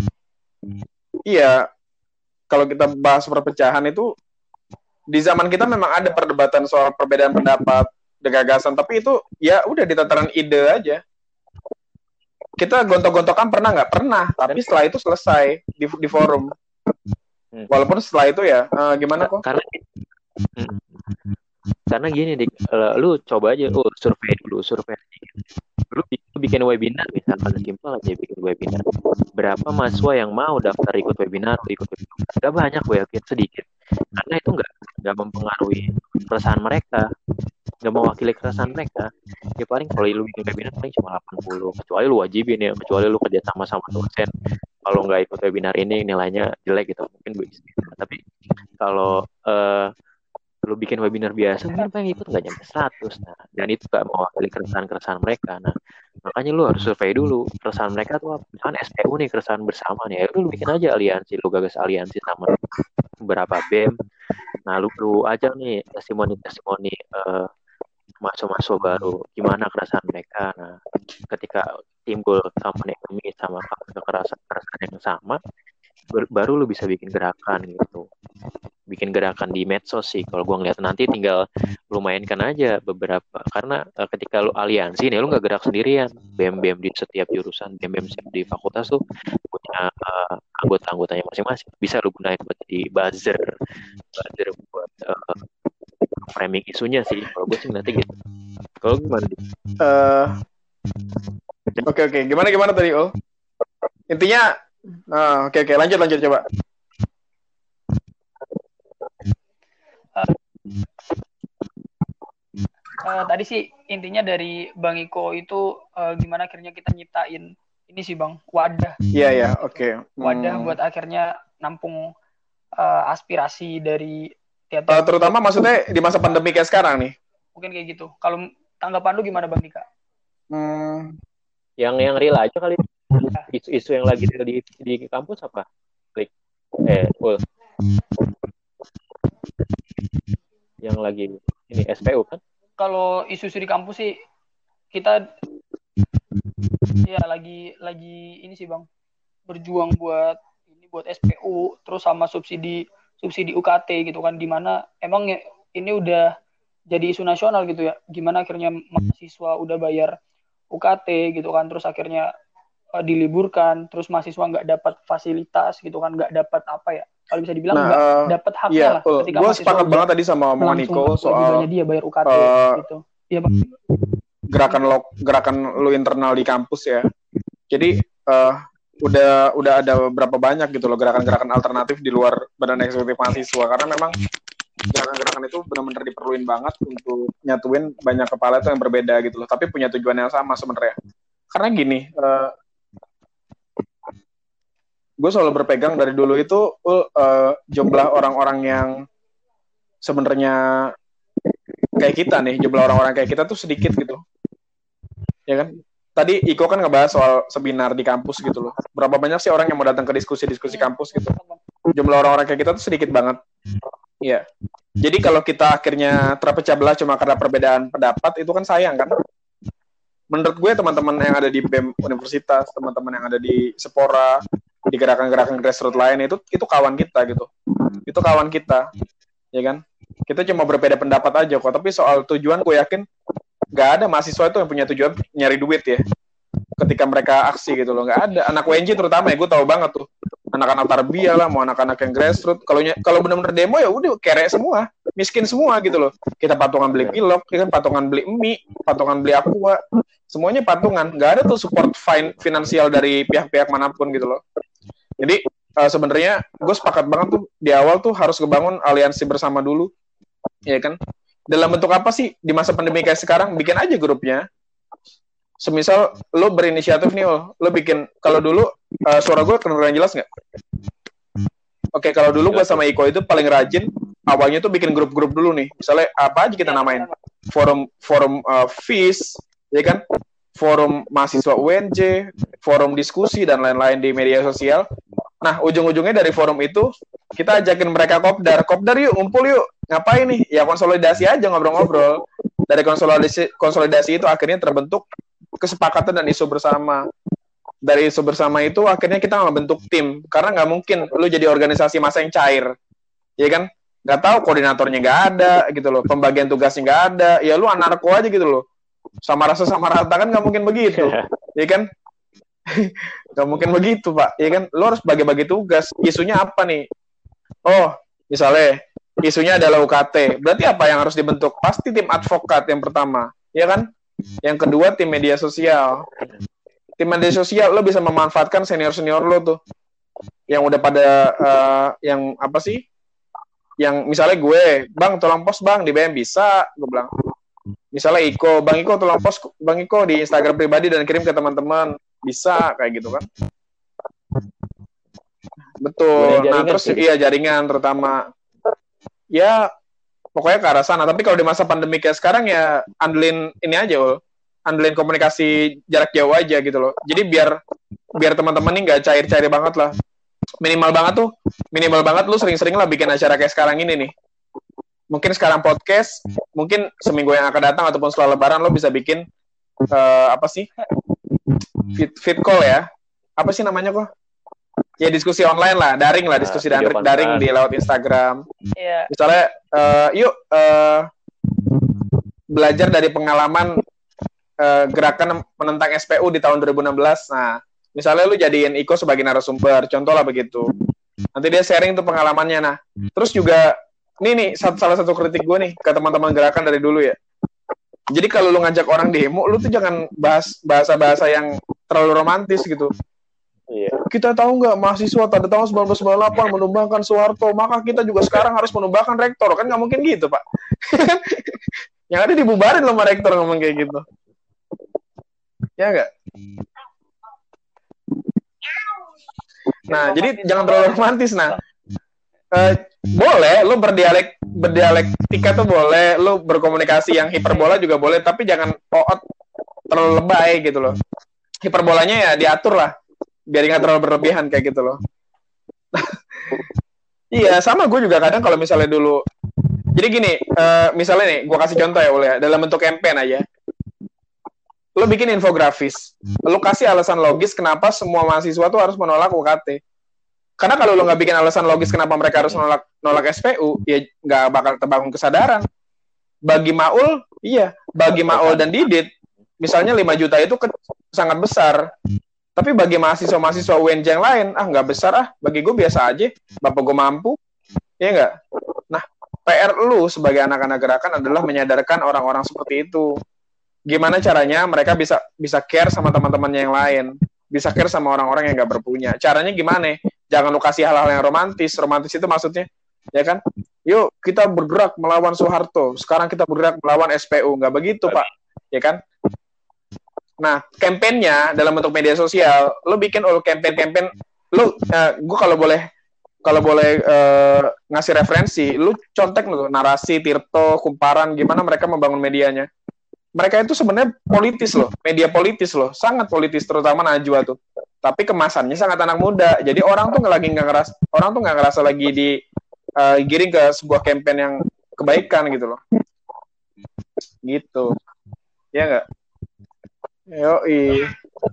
Iya, kalau kita bahas perpecahan itu, di zaman kita memang ada perdebatan soal perbedaan pendapat, gagasan, tapi itu ya udah di tataran ide aja. Kita gontok-gontokan pernah nggak? Pernah, tapi setelah itu selesai di forum. Walaupun setelah itu ya, gimana kok? Karena gini, Dik, lu coba aja, survei. Lu bikin webinar, misalkan simpel aja bikin webinar. Berapa mahasiswa yang mau daftar ikut webinar? Gak banyak, gue yakin sedikit. Karena itu nggak mempengaruhi keresahan mereka, nggak mewakili keresahan mereka. Ya paling kalau lu bikin webinar paling cuma 80, kecuali lu wajibin ya, kecuali lu kerja sama dosen. Kalau nggak ikut webinar ini nilainya jelek gitu, mungkin bisa. Tapi kalau lu bikin webinar biasa, mungkin pengen ikut nggak nyampe 100. Nah, dan itu nggak mewakili keresahan mereka. Nah, makanya lu harus survei dulu keresahan mereka tuh apa. Misalkan SPU nih, keresahan bersama nih, ya lu bikin aja aliansi, lu gagas aliansi sama beberapa BEM. Nah, lu aja nih testimoni mahasiswa baru, gimana keresahan mereka. Nah, ketika timbul common enemy sama kekerasan yang sama, baru lu bisa bikin gerakan gitu. Bikin gerakan di medsos sih kalau gue ngeliat. Nanti tinggal lu mainkan aja beberapa, karena ketika lu aliansi nih, lu nggak gerak sendirian. BEM di setiap jurusan, BEM di fakultas tuh punya anggota-anggotanya masing-masing. Bisa lu gunain buat di buzzer buat framing isunya sih. Kalau gue sih ngeliatnya gitu. Kalau gimana? Oke. Gimana tadi intinya oke, lanjut coba. Tadi sih intinya dari Bang Iko itu gimana akhirnya kita nyiptain ini sih Bang, wadah. Iya, oke. Wadah buat akhirnya nampung aspirasi dari terutama maksudnya di masa pandemi kayak sekarang nih. Mungkin kayak gitu. Kalau tanggapan lu gimana Bang Dika? Yang real aja kali. Isu yang lagi di kampus apa? Klik. Yang lagi ini SPU kan? Kalau isu di kampus sih kita ya lagi ini sih Bang, berjuang buat SPU terus sama subsidi UKT gitu kan, dimana emang ini udah jadi isu nasional gitu ya, gimana akhirnya mahasiswa udah bayar UKT gitu kan, terus akhirnya diliburkan, terus mahasiswa nggak dapat fasilitas gitu kan, nggak dapat apa ya, kalau bisa dibilang nggak dapat haknya lah. Ketika gue sepakat banget tadi sama omongan Niko soal dia bayar UKT gitu. Iya Bang. Gerakan lu internal di kampus ya. Jadi udah ada berapa banyak gitu loh gerakan-gerakan alternatif di luar badan eksekutif mahasiswa, karena memang gerakan-gerakan itu benar-benar diperluin banget untuk nyatuin banyak kepala itu yang berbeda gitu loh, tapi punya tujuan yang sama sebenarnya. Karena gini, gue selalu berpegang dari dulu itu jumlah orang-orang yang sebenarnya kayak kita nih, jumlah orang-orang kayak kita tuh sedikit gitu, ya kan? Tadi Iko kan ngebahas soal seminar di kampus gitu loh. Berapa banyak sih orang yang mau datang ke diskusi-diskusi kampus gitu? Jumlah orang-orang kayak kita tuh sedikit banget. Iya. Jadi kalau kita akhirnya terpecah belah cuma karena perbedaan pendapat, itu kan sayang kan? Menurut gue teman-teman yang ada di BEM Universitas, teman-teman yang ada di Sepora, di gerakan-gerakan grassroots lain itu kawan kita gitu. Itu kawan kita, ya kan? Kita cuma berbeda pendapat aja kok. Tapi soal tujuan, gue yakin nggak ada mahasiswa itu yang punya tujuan nyari duit ya. Ketika mereka aksi gitu loh, nggak ada. Anak UNJ terutama ya, gue tahu banget tuh. Anak-anak tarbiyah lah, mau anak-anak yang grassroots. Kalau benar-benar demo ya udah kere semua, miskin semua gitu loh. Kita patungan beli pilok, ya kan, patungan beli mie, patungan beli aqua, semuanya patungan. Nggak ada tuh support finansial dari pihak-pihak manapun gitu loh. Jadi sebenarnya gue sepakat banget tuh di awal tuh harus ngebangun aliansi bersama dulu, ya kan. Dalam bentuk apa sih di masa pandemi kayak sekarang? Bikin aja grupnya. Semisal lo berinisiatif nih, lo bikin, kalau dulu suara gue kedengeran jelas nggak? Oke, kalau dulu gue sama Iko itu paling rajin awalnya tuh bikin grup-grup dulu nih. Misalnya apa aja kita namain? Forum FIS, ya kan? Forum mahasiswa UNJ, forum diskusi dan lain-lain di media sosial. Nah, ujung-ujungnya dari forum itu kita ajakin mereka kopdar yuk, ngumpul yuk. Ngapain nih? Ya konsolidasi aja, ngobrol-ngobrol. Dari konsolidasi itu akhirnya terbentuk kesepakatan dan isu bersama. Dari isu bersama itu akhirnya kita membentuk tim, karena nggak mungkin lu jadi organisasi massa yang cair, ya kan? Nggak tahu koordinatornya nggak ada gitu loh, pembagian tugasnya nggak ada, ya lu anarko aja gitu loh, sama rata kan nggak mungkin begitu, ya kan? Nggak mungkin begitu pak, ya kan? Lu harus bagi-bagi tugas. Isunya apa nih? Oh misalnya isunya adalah UKT, berarti apa yang harus dibentuk? Pasti tim advokat yang pertama, ya kan? Yang kedua tim media sosial. Tim media sosial lo bisa memanfaatkan senior lo tuh, yang udah pada yang apa sih? Yang misalnya gue, bang tolong post bang di BM, bisa, gue bilang. Misalnya Iko, bang Iko tolong post bang Iko di Instagram pribadi dan kirim ke teman-teman, bisa kayak gitu kan? Betul. Nah terus iya jaringan terutama. Ya pokoknya ke arah sana. Tapi kalau di masa pandemi kayak sekarang ya andelin ini aja, andelin komunikasi jarak jauh aja gitu loh. Jadi biar teman-teman ini nggak cair-cair banget lah. Minimal banget lu sering-sering lah bikin acara kayak sekarang ini nih. Mungkin sekarang podcast, mungkin seminggu yang akan datang ataupun setelah lebaran lo bisa bikin apa sih? Fit call ya. Apa sih namanya kok? Ya diskusi online lah, daring lah, diskusi daring di lewat Instagram. Yeah. Misalnya yuk belajar dari pengalaman gerakan menentang SPU di tahun 2016. Nah, misalnya lu jadiin Iko sebagai narasumber, contoh lah begitu. Nanti dia sharing tuh pengalamannya. Nah, terus juga ini salah satu kritik gue nih ke teman-teman gerakan dari dulu ya. Jadi kalau lu ngajak orang demo, lu tuh jangan bahas bahasa-bahasa yang terlalu romantis gitu. Iya. Kita tahu nggak mahasiswa pada tahun 1998 menumbangkan Soeharto, maka kita juga sekarang harus menumbangkan rektor. Kan nggak mungkin gitu, Pak. Yang ada dibubarin sama rektor ngomong kayak gitu. Ya nggak? Nah, jadi jangan terlalu romantis. Nah, boleh, lu berdialektika tuh boleh, lu berkomunikasi yang hiperbola juga boleh, tapi jangan terlalu lebay gitu loh. Hiperbolanya ya diatur lah, biar nggak terlalu berlebihan kayak gitu loh. Iya, sama gue juga kadang kalau misalnya dulu, jadi gini, misalnya nih, gue kasih contoh ya, boleh, dalam bentuk campaign aja. Lo bikin infografis, lo kasih alasan logis kenapa semua mahasiswa tuh harus menolak UKT. Karena kalau lo nggak bikin alasan logis kenapa mereka harus nolak SPU, ya nggak bakal terbangun kesadaran. Bagi Maul, iya, bagi Maul dan Didit, misalnya 5 juta itu sangat besar. Tapi bagi mahasiswa UNJ yang lain, nggak besar bagi gue biasa aja, bapak gue mampu, ya nggak? Nah, PR lu sebagai anak-anak gerakan adalah menyadarkan orang-orang seperti itu. Gimana caranya mereka bisa care sama teman-temannya yang lain, bisa care sama orang-orang yang nggak berpunya. Caranya gimana? Jangan lu kasih hal-hal yang romantis itu maksudnya, ya kan? Yuk kita bergerak melawan Soeharto, sekarang kita bergerak melawan SPU, nggak begitu Pak, ya kan? Nah, kampanyenya dalam bentuk media sosial, lu bikin campaign, lu, gue kalau boleh ngasih referensi, lu contek lu narasi, Tirto, Kumparan, gimana mereka membangun medianya. Mereka itu sebenarnya politis loh, media politis loh, sangat politis, terutama Najwa tuh. Tapi kemasannya sangat anak muda, jadi orang tuh nggak ngerasa lagi giring ke sebuah campaign yang kebaikan gitu loh. Gitu, ya nggak? Yoi.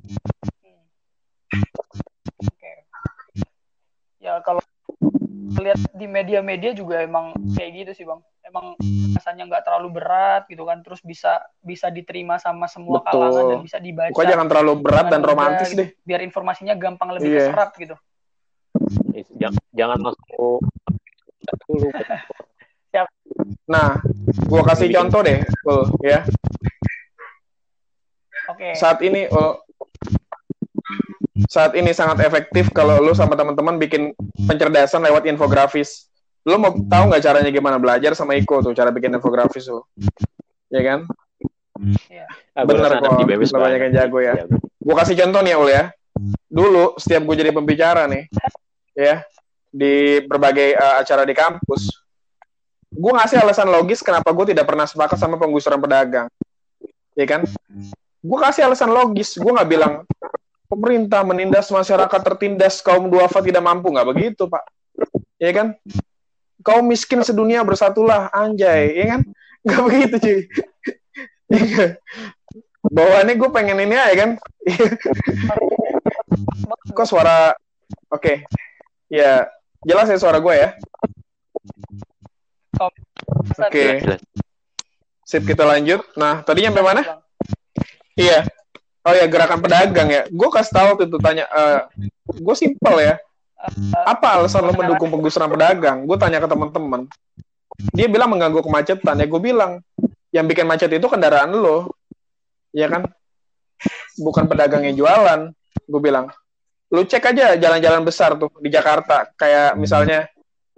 Oke. Ya kalau lihat di media-media juga emang kayak gitu sih Bang. Emang rasanya nggak terlalu berat gitu kan, terus bisa diterima sama semua kalangan dan bisa dibaca. Pokoknya jangan terlalu berat dan romantis gitu, deh. Biar informasinya gampang lebih keserap gitu. Jangan masuk dulu. Nah, gua kasih contoh deh, ya. Oke. Saat ini sangat efektif kalau lu sama teman-teman bikin pencerdasan lewat infografis. Lu mau tahu nggak caranya gimana belajar sama Iko tuh cara bikin infografis tuh, ya kan? Iya. Bener kok, lo banyak yang jago ya. Gue kasih contoh nih ya Ul ya. Dulu setiap gue jadi pembicara nih, ya di berbagai acara di kampus, gue ngasih alasan logis kenapa gue tidak pernah sepakat sama penggusuran pedagang, ya kan? Gue kasih alasan logis, gue nggak bilang pemerintah menindas masyarakat tertindas, kaum duafa tidak mampu, nggak begitu Pak, ya kan? Kaum miskin sedunia bersatulah, anjay, ya kan? Nggak begitu cuy. Bawaannya gue pengen ini aja kan. Kok suara oke. Ya, jelas ya suara gue ya. Oke. Sip, kita lanjut. Nah, tadi nyampe mana? Iya. Oh ya, gerakan pedagang ya. Gue kasih tahu tuh tanya, gue simpel ya. Apa alasan lo mendukung penggusuran pedagang? Gue tanya ke teman-teman. Dia bilang mengganggu kemacetan. Ya gue bilang, yang bikin macet itu kendaraan lo. Ya kan? Bukan pedagang yang jualan. Gue bilang, lu cek aja jalan-jalan besar tuh di Jakarta. Kayak misalnya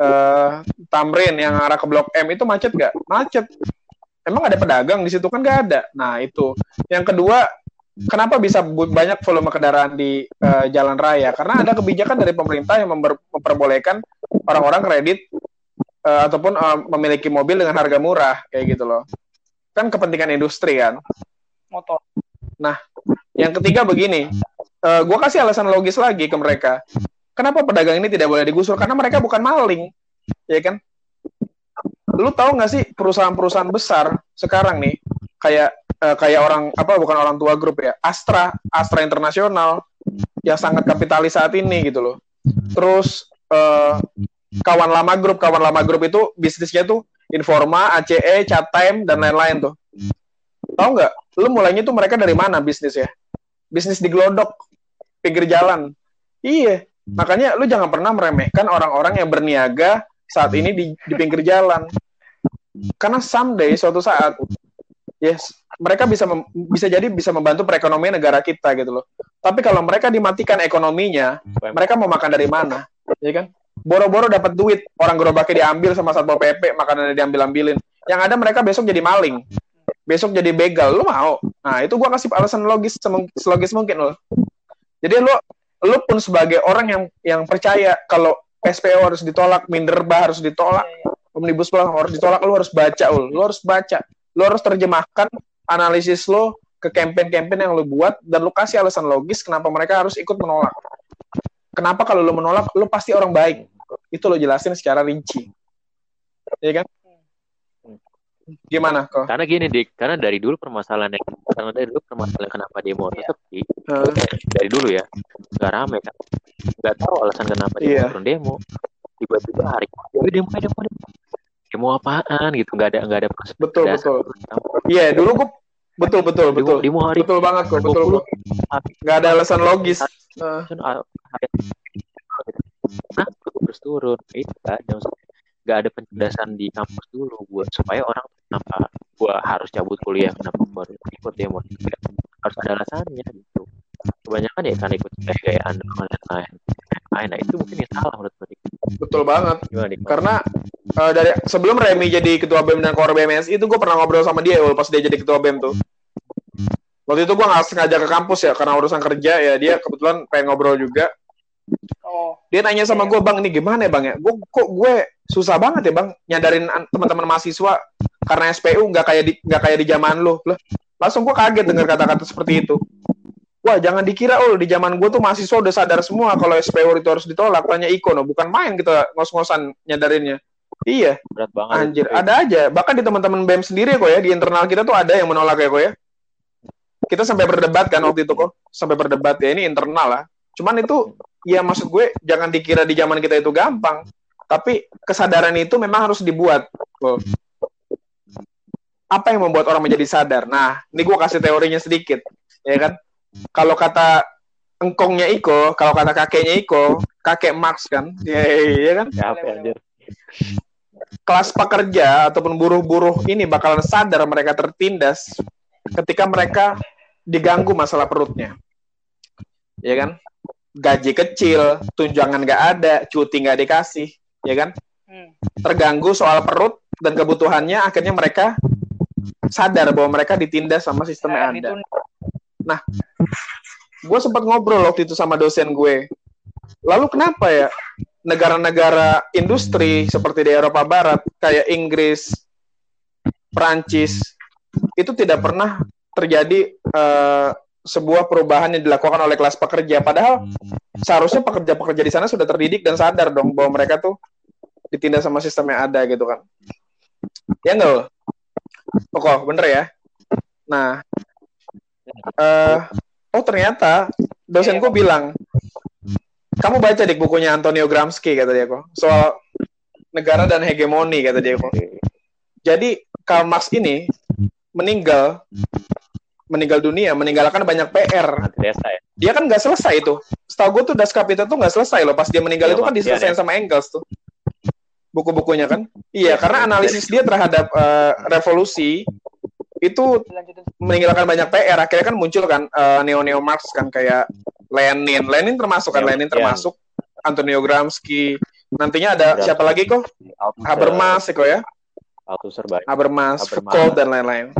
Tamrin yang arah ke Blok M itu macet gak? Macet. Emang ada pedagang di situ kan gak ada. Nah itu. Yang kedua, kenapa bisa banyak volume kendaraan di jalan raya? Karena ada kebijakan dari pemerintah yang memperbolehkan orang-orang kredit ataupun memiliki mobil dengan harga murah kayak gitu loh. Kan kepentingan industri kan. Motor. Nah, yang ketiga begini, gue kasih alasan logis lagi ke mereka. Kenapa pedagang ini tidak boleh digusur? Karena mereka bukan maling, ya kan? Lu tahu nggak sih perusahaan-perusahaan besar sekarang nih, kayak orang bukan orang tua grup ya, Astra Internasional yang sangat kapitalis saat ini gitu loh. Terus kawan lama grup itu bisnisnya tuh Informa, ACE, Chatime dan lain-lain tuh. Tahu nggak? Lu mulainya tuh mereka dari mana bisnisnya? Bisnis di glodok, pinggir jalan. Iya. Makanya lu jangan pernah meremehkan orang-orang yang berniaga saat ini di pinggir jalan. Karena someday, suatu saat, yes, mereka bisa membantu perekonomian negara kita gitu loh. Tapi kalau mereka dimatikan ekonominya, mereka mau makan dari mana? Ya kan? Boro-boro dapat duit, orang gerobaknya diambil sama Satpol PP, makanannya diambil-ambilin. Yang ada mereka besok jadi maling. Besok jadi begal, lu mau? Nah, itu gua kasih alasan selogis mungkin loh. Jadi lu pun sebagai orang yang percaya kalau SPO harus ditolak, Minerba harus ditolak, Omnibus Law harus ditolak, lu harus baca, lu harus baca. Lu harus terjemahkan analisis lu ke campaign-campaign yang lu buat dan lu kasih alasan logis kenapa mereka harus ikut menolak. Kenapa kalau lu menolak, lu pasti orang baik. Itu lo jelasin secara rinci. Iya kan? Gimana kok? Karena gini Dik, karena dari dulu permasalahan kenapa demo sepi. Dari dulu ya, nggak rame kan, nggak tahu alasan kenapa turun demo. Tiba-tiba hari demo apaan gitu, nggak ada proses. Betul. Iya, dulu gue betul. Demo hari betul banget kok, betul. Nggak ada alasan logis. Terus turun, itu nggak ada penjelasan di kampus dulu buat supaya orang kenapa gua harus cabut kuliah, kenapa gua harus ikut demo, harus ada alasannya gitu. Kebanyakan ya kan ikut gaya-gayaan dan lain-lain. Nah itu mungkin yang salah menurut gue. Betul banget. Karena dari sebelum Remy jadi ketua BEM dan Kor BMSI itu gue pernah ngobrol sama dia pas dia jadi ketua BEM tuh. Waktu itu gue nggak sengaja ke kampus ya karena urusan kerja ya, dia kebetulan pengen ngobrol juga. Dia nanya sama gue, bang ini gimana ya bang ya? Gue susah banget ya bang nyadarin teman-teman mahasiswa karena SPU nggak kayak di zaman lo. Langsung gue kaget dengar kata-kata seperti itu. Wah jangan dikira di zaman gue tuh mahasiswa udah sadar semua kalau SPU itu harus ditolak. Tanya Iko, bukan main kita ngos-ngosan nyadarinnya. Iya. Berat banget. Anjir, ada aja. Bahkan di teman-teman BEM sendiri kok ya, di internal kita tuh ada yang menolak ya kok ya. Kita sampai berdebat kan waktu itu kok. Sampai berdebat ya, ini internal lah. Cuman itu, ya maksud gue jangan dikira di zaman kita itu gampang. Tapi kesadaran itu memang harus dibuat. Apa yang membuat orang menjadi sadar? Nah, ini gue kasih teorinya sedikit. Ya kan? Kalau kata engkongnya Iko, kalau kata kakeknya Iko, kakek Marx kan? Iya kan? Ya, kelas pekerja ataupun buruh-buruh ini bakalan sadar mereka tertindas ketika mereka diganggu masalah perutnya. Ya kan? Gaji kecil, tunjangan nggak ada, cuti nggak dikasih, ya kan? Terganggu soal perut dan kebutuhannya, akhirnya mereka sadar bahwa mereka ditindas sama sistem yang ada. Nah, gue sempat ngobrol waktu itu sama dosen gue. Lalu kenapa ya negara-negara industri seperti di Eropa Barat, kayak Inggris, Prancis, itu tidak pernah terjadi sebuah perubahan yang dilakukan oleh kelas pekerja. Padahal seharusnya pekerja-pekerja di sana sudah terdidik dan sadar dong bahwa mereka tuh ditindas sama sistem yang ada gitu kan. Ya enggak? Pokok, bener ya? Nah, ternyata dosenku bilang, kamu baca dik bukunya Antonio Gramsci, kata dia kok, soal negara dan hegemoni, kata dia kok. Jadi Karl Marx ini meninggal dunia, meninggalkan banyak PR. Dia kan nggak selesai itu. Setahu gue tuh Das Kapital tuh nggak selesai loh. Pas dia meninggal itu kan diselesaikan sama Engels tuh. Buku-bukunya kan. Iya, karena analisis dia terhadap revolusi itu meninggalkan banyak PR. Akhirnya kan muncul kan neo-neo Marx kan, kayak Lenin termasuk kan, Lenin termasuk Antonio Gramsci. Nantinya ada siapa lagi kok? Habermas kok ya. Habermas, Foucault dan lain-lain.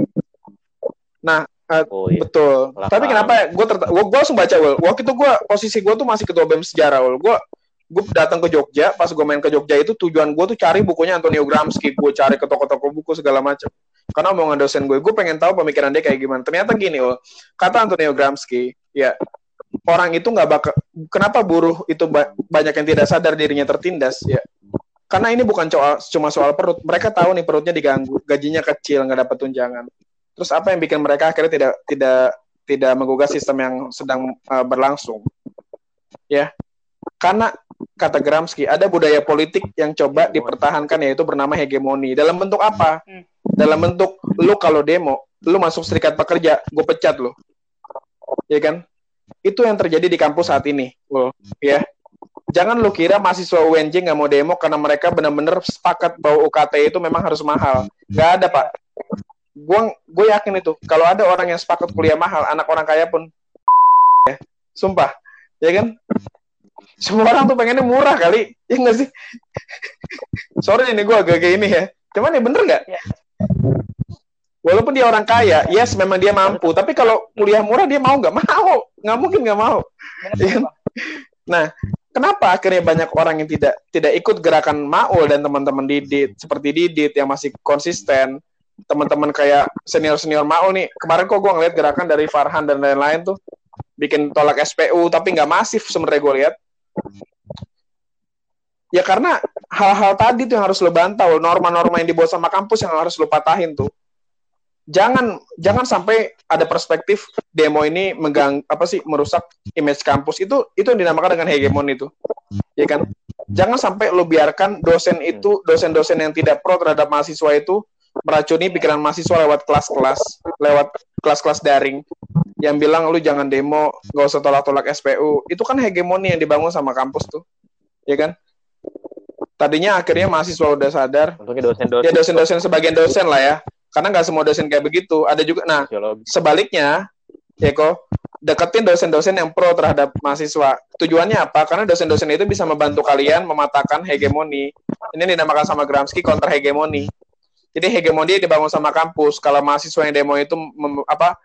Nah, betul. Tapi kenapa gue langsung baca, waktu itu posisi gue tuh masih ketua BEM sejarah, gue datang ke Jogja. Pas gue main ke Jogja itu tujuan gue tuh cari bukunya Antonio Gramsci. Gue cari ke toko-toko buku segala macam. Karena omongan dosen gue pengen tahu pemikiran dia kayak gimana. Ternyata gini, kata Antonio Gramsci, ya orang itu nggak bakal. Kenapa buruh itu banyak yang tidak sadar dirinya tertindas? Ya, karena ini bukan cuma soal perut. Mereka tahu nih perutnya diganggu, gajinya kecil, nggak dapat tunjangan. Terus apa yang bikin mereka akhirnya tidak menggugah sistem yang sedang berlangsung? Ya, karena kata Gramsci ada budaya politik yang coba dipertahankan, yaitu bernama hegemoni. Dalam bentuk apa? Dalam bentuk lu kalau demo, lu masuk serikat pekerja, gue pecat lu. Ya kan? Itu yang terjadi di kampus saat ini, ya. Jangan lu kira mahasiswa UNJ nggak mau demo karena mereka benar-benar sepakat bahwa UKT itu memang harus mahal. Nggak ada, Pak. Gue yakin itu. Kalau ada orang yang sepakat kuliah mahal, anak orang kaya pun, ya, sumpah, ya kan? Semua orang tuh pengennya murah kali, ya nggak sih? Sorry ini gue agak kayak ini ya. Cuman ya bener nggak? Walaupun dia orang kaya, yes memang dia mampu. Tapi kalau kuliah murah dia mau nggak? Mau, nggak mungkin nggak mau. Ya? Nah, kenapa akhirnya banyak orang yang tidak ikut gerakan Maul dan teman-teman Didit seperti Didit yang masih konsisten, teman-teman kayak senior Maul nih. Kemarin kok gue ngeliat gerakan dari Farhan dan lain-lain tuh bikin tolak SPU, tapi nggak masif sebenarnya gue lihat. Ya karena hal-hal tadi tuh yang harus lo bantau, norma-norma yang dibuat sama kampus yang harus lo patahin tuh. Jangan sampai ada perspektif demo ini merusak image kampus. Itu yang dinamakan dengan hegemon itu. Ya kan? Jangan sampai lo biarkan dosen yang tidak pro terhadap mahasiswa itu meracuni pikiran mahasiswa lewat kelas-kelas daring yang bilang lu jangan demo, gak usah tolak-tolak SPU. Itu kan hegemoni yang dibangun sama kampus tuh. Ya kan? Tadinya akhirnya mahasiswa udah sadar. Ya dosen-dosen, sebagian dosen lah ya. Karena nggak semua dosen kayak begitu. Ada juga, nah sebaliknya, ya kok deketin dosen-dosen yang pro terhadap mahasiswa. Tujuannya apa? Karena dosen-dosen itu bisa membantu kalian mematahkan hegemoni. Ini dinamakan sama Gramsci counter hegemoni. Jadi hegemoni dibangun sama kampus. Kalau mahasiswa yang demo itu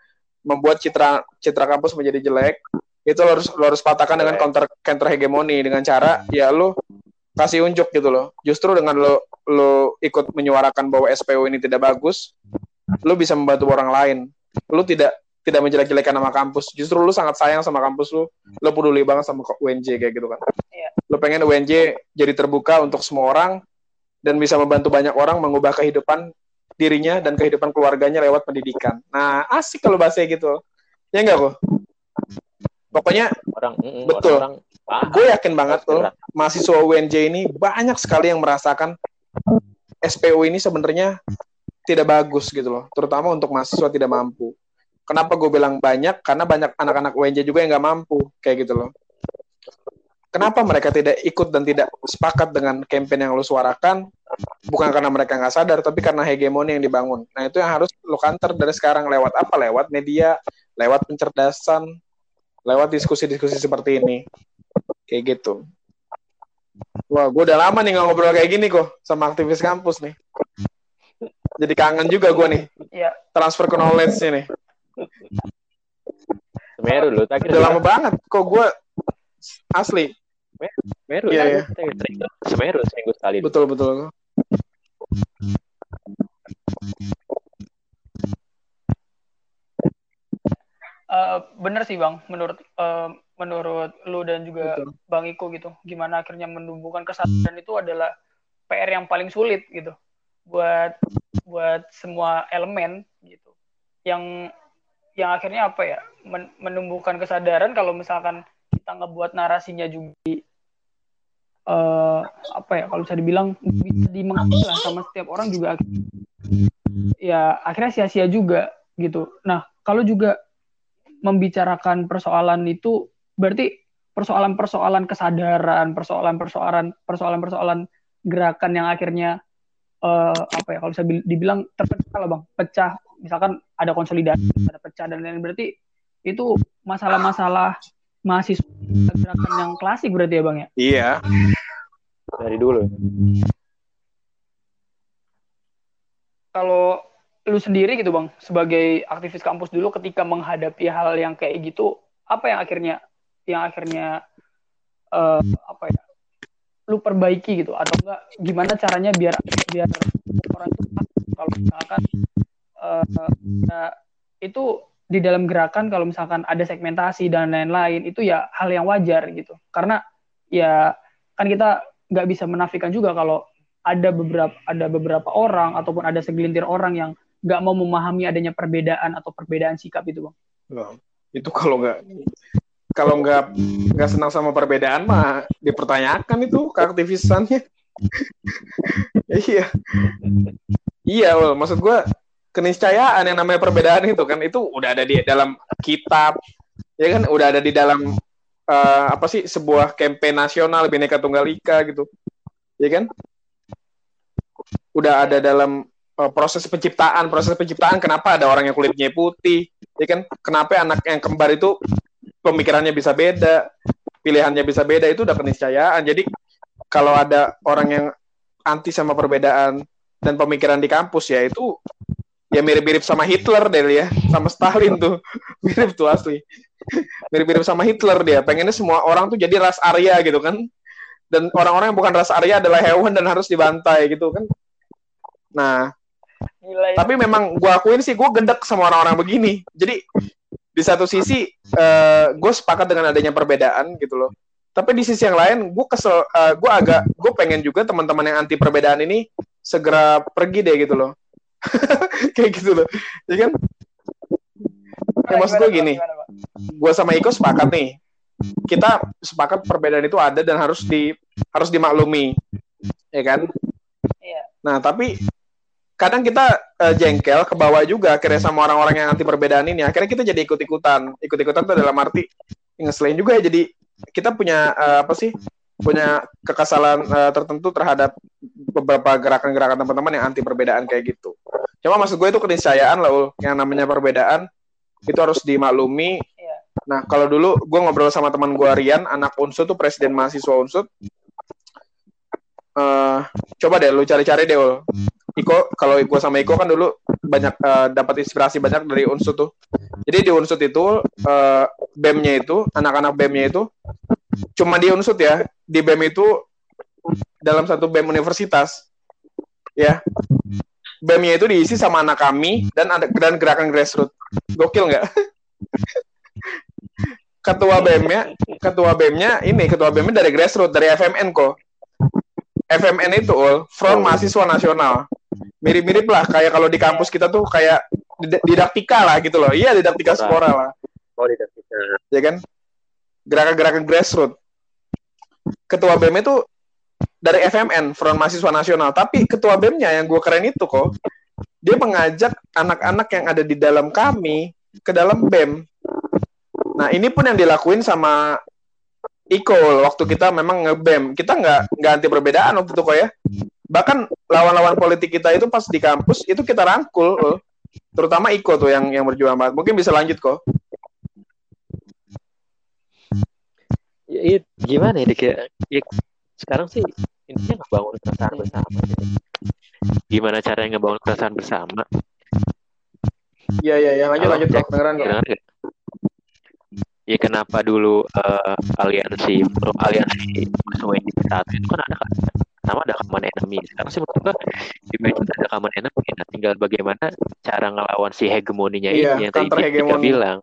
membuat citra kampus menjadi jelek, itu lo harus patahkan dengan counter hegemoni dengan cara ya lo kasih unjuk gitu loh. Justru dengan lo ikut menyuarakan bahwa SPO ini tidak bagus, lo bisa membantu orang lain. Lo tidak menjelek-jelekan nama kampus. Justru lo sangat sayang sama kampus lo peduli banget sama UNJ kayak gitu kan. Lo pengen UNJ jadi terbuka untuk semua orang dan bisa membantu banyak orang mengubah kehidupan dirinya dan kehidupan keluarganya lewat pendidikan. Nah, asik kalau bahasanya gitu. Ya enggak, kok? Pokoknya betul. Gue yakin banget tuh mahasiswa UNJ ini banyak sekali yang merasakan SPO ini sebenarnya tidak bagus gitu loh, terutama untuk mahasiswa tidak mampu. Kenapa gue bilang banyak? Karena banyak anak-anak UNJ juga yang nggak mampu kayak gitu loh. Kenapa mereka tidak ikut dan tidak sepakat dengan campaign yang lo suarakan? Bukan karena mereka nggak sadar, tapi karena hegemoni yang dibangun. Nah, itu yang harus lo counter dari sekarang. Lewat apa? Lewat media, lewat pencerdasan, lewat diskusi-diskusi seperti ini. Kayak gitu. Wah, gue udah lama nih nggak ngobrol kayak gini kok sama aktivis kampus nih. Jadi kangen juga gue nih. Iya. Transfer ke knowledge nih. Semeru lo, udah lama banget kok gue asli. Semeru, ya. Semeru seminggu sekali. Betul. Bener sih Bang, menurut lu dan juga betul. Bang Iko gitu, gimana akhirnya menumbuhkan kesadaran itu adalah PR yang paling sulit gitu buat semua elemen gitu. Yang akhirnya apa ya? Menumbuhkan kesadaran kalau misalkan kita ngebuat narasinya juga apa ya? Kalau bisa dibilang bisa dimengerti lah sama setiap orang juga ya akhirnya sia-sia juga gitu. Nah, kalau juga membicarakan persoalan itu berarti persoalan-persoalan kesadaran, persoalan-persoalan gerakan yang akhirnya apa ya kalau bisa dibilang terpecah lah Bang, pecah. Misalkan ada konsolidasi, ada pecah dan lain-lain, berarti itu masalah-masalah mahasiswa gerakan yang klasik berarti ya Bang ya? Iya. Dari dulu. Kalau lu sendiri gitu Bang, sebagai aktivis kampus dulu ketika menghadapi hal yang kayak gitu, apa yang akhirnya apa ya, lu perbaiki gitu, atau enggak gimana caranya biar orang itu kalau misalkan itu di dalam gerakan kalau misalkan ada segmentasi dan lain-lain, itu ya hal yang wajar gitu, karena ya kan kita nggak bisa menafikan juga kalau ada beberapa orang ataupun ada segelintir orang yang nggak mau memahami adanya perbedaan atau perbedaan sikap itu Bang. Nah, itu kalau nggak senang sama perbedaan mah dipertanyakan itu keaktivisannya. Iya, maksud gue keniscayaan yang namanya perbedaan itu kan itu udah ada di dalam kitab, ya kan, udah ada di dalam sebuah campaign nasional Bhinneka Tunggal Ika gitu, ya kan, udah ada dalam proses penciptaan kenapa ada orang yang kulitnya putih, ya kan, kenapa anak yang kembar itu pemikirannya bisa beda, pilihannya bisa beda, itu udah keniscayaan. Jadi kalau ada orang yang anti sama perbedaan dan pemikiran di kampus, ya itu ya mirip-mirip sama Hitler deh ya, sama Stalin tuh, mirip tuh asli, mirip-mirip sama Hitler dia, pengennya semua orang tuh jadi ras Arya gitu kan, dan orang-orang yang bukan ras Arya adalah hewan dan harus dibantai gitu kan. Nah, gila, ya. Tapi memang gue akuin sih gue gendek sama orang-orang begini. Jadi di satu sisi gue sepakat dengan adanya perbedaan gitu loh. Tapi di sisi yang lain gue kesel, gue pengen juga teman-teman yang anti perbedaan ini segera pergi deh gitu loh. Kayak gitu loh, ya kan? Ya maksud gue gini, gue sama Iko sepakat nih. Kita sepakat perbedaan itu ada dan harus dimaklumi, ya kan? Iya. Nah tapi kadang kita jengkel ke bawah juga akhirnya sama orang-orang yang anti perbedaan ini. Akhirnya kita jadi ikut-ikutan itu dalam arti ngeselin juga ya. Jadi kita punya punya kekesalan tertentu terhadap beberapa gerakan-gerakan teman-teman yang anti perbedaan kayak gitu. Cuma maksud gue itu keniscayaan loh, yang namanya perbedaan itu harus dimaklumi. Nah kalau dulu gue ngobrol sama teman gue Rian, anak Unsud tuh, presiden mahasiswa Unsud. Coba deh lu cari-cari deh Iko, kalau gue sama Iko kan dulu banyak dapat inspirasi banyak dari Unsud tuh. Jadi di Unsut itu BEM-nya itu, anak-anak BEM-nya itu cuma di Unsut ya. Di BEM itu dalam satu BEM universitas ya. BEM-nya itu diisi sama anak kami dan gerakan grassroots. Gokil nggak? Ketua BEM-nya dari grassroots, dari FMN kok. FMN itu Front Mahasiswa Nasional. Mirip-mirip lah kayak kalau di kampus kita tuh kayak didaktika lah gitu loh. Iya, didaktika Spora lah. Oh, didaktika. Ya kan? Gerakan-gerakan grassroots. Ketua BEM itu dari FMN, Front Mahasiswa Nasional. Tapi ketua BEM-nya yang gue keren itu kok, dia mengajak anak-anak yang ada di dalam kami ke dalam BEM. Nah, ini pun yang dilakuin sama Iko waktu kita memang nge-BEM. Kita nggak anti perbedaan waktu itu kok ya. Bahkan lawan-lawan politik kita itu pas di kampus itu kita rangkul. Terutama Iko tuh yang berjuang banget. Mungkin bisa lanjut kok. Ya, gimana ya, sekarang sih intinya ngebangun perasaan bersama. Gimana caranya ngebangun perasaan bersama? Iya, lanjut kok. Dengeran kok. Ya kenapa dulu aliansi musuh saat itu kan ada common enemy. Sekarang sih menurut gue juga ada common enemy. Nah, tinggal bagaimana cara ngelawan si hegemoninya ini yang tadi kita bilang.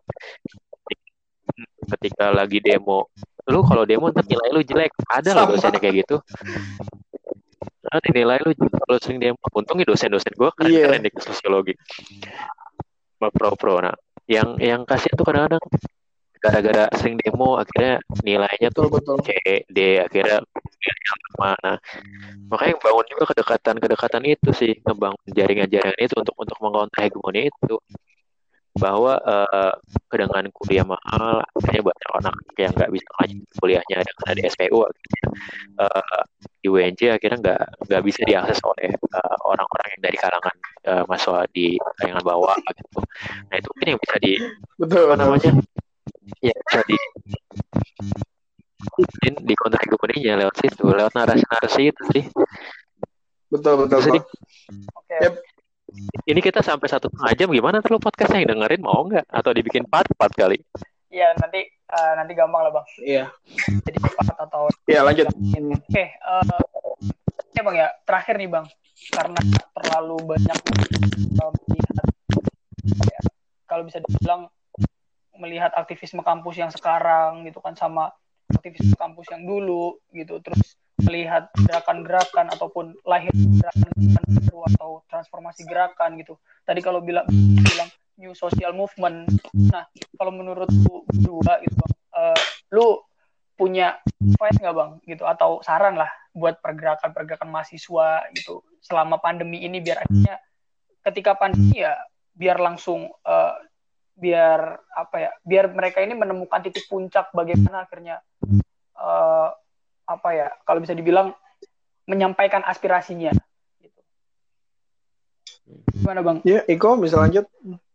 Ketika lagi demo, lu kalau demo ntar nilai lu jelek, ada loh dosennya kayak gitu. Nanti nilai lu kalau sering demo, untungnya dosen-dosen gue keren di sosiologi, pro. Nah, yang kasihan tuh kadang-kadang gara-gara sering demo akhirnya nilainya tuh C, D, akhirnya yang mana. Makanya bangun juga kedekatan itu sih, ngebangun jaringan-jaringan itu untuk mengkontra hegemoni itu. Bahwa dengan kuliah mahal akhirnya banyak anak yang nggak bisa lanjut kuliahnya dengan ada SPU akhirnya di UNJ akhirnya nggak bisa diakses oleh orang-orang yang dari kalangan mahasiswa di kalangan bawah gitu. Nah itu mungkin yang bisa bisa di kontra hegemoninya lewat situ, lewat narasi itu sih. Betul. Oke. Yep. Ini kita sampai 1,5 jam, gimana terlalu podcastnya yang dengerin mau nggak? Atau dibikin part kali? Iya, nanti gampang lah Bang. Iya. Jadi part atau... Iya, lanjut. Oke, ya Bang ya, terakhir nih Bang. Karena terlalu banyak melihat, ya, kalau bisa dibilang, melihat aktivisme kampus yang sekarang gitu kan, sama aktivisme kampus yang dulu gitu, terus melihat gerakan-gerakan ataupun lahir gerakan baru atau transformasi gerakan gitu. Tadi kalau bilang new social movement. Nah, kalau menurut lu berdua gitu Bang, lu punya advice nggak Bang gitu, atau saran lah buat pergerakan mahasiswa gitu selama pandemi ini, biar akhirnya ketika pandemi ya biar langsung biar mereka ini menemukan titik puncak bagaimana akhirnya kalau bisa dibilang menyampaikan aspirasinya gitu. Gimana Bang? Ya, Iko bisa lanjut.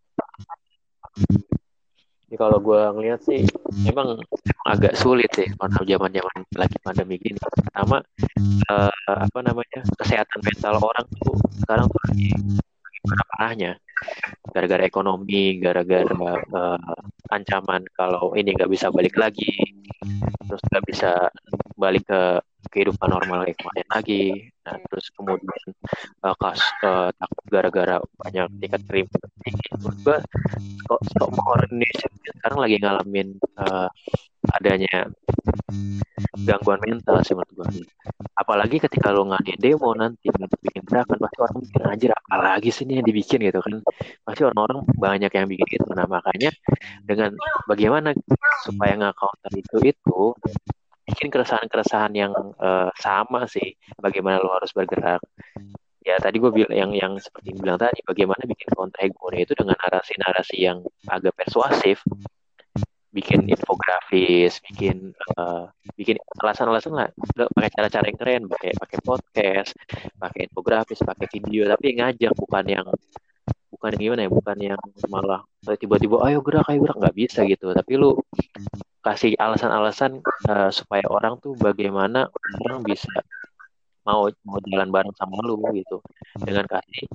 Ya, kalau gue ngeliat sih memang agak sulit sih karena zaman lagi pandemi gini. Pertama kesehatan mental orang tuh sekarang tuh lagi parahnya, gara-gara ekonomi, gara-gara ancaman kalau ini nggak bisa balik lagi, terus nggak bisa balik ke kehidupan normal kayak kemarin lagi. Nah, terus kemudian takut gara-gara banyak tingkat kriminal tinggi. Menurut gue orang Indonesia sekarang lagi ngalamin adanya gangguan mental sih menurut gue. Apalagi ketika lo ngadain demo nanti bikin gerakan, pasti orang mikir anjir apalagi sih ini yang dibikin gitu kan. Pasti orang-orang banyak yang bikin itu. Nah makanya dengan bagaimana supaya nge-counter itu bikin keresahan-keresahan yang sama sih, bagaimana lo harus bergerak. Ya tadi gue bilang yang seperti bilang tadi, bagaimana bikin counter hegemoni itu dengan narasi-narasi yang agak persuasif, bikin infografis, bikin alasan-alasan lah, pakai cara-cara yang keren, pakai podcast, pakai infografis, pakai video, tapi ngajak, bukan yang gimana ya, bukan yang malah tiba-tiba ayo gerak nggak bisa gitu, tapi lu kasih alasan-alasan supaya orang tuh bagaimana orang bisa mau jalan bareng sama lu gitu, dengan kasih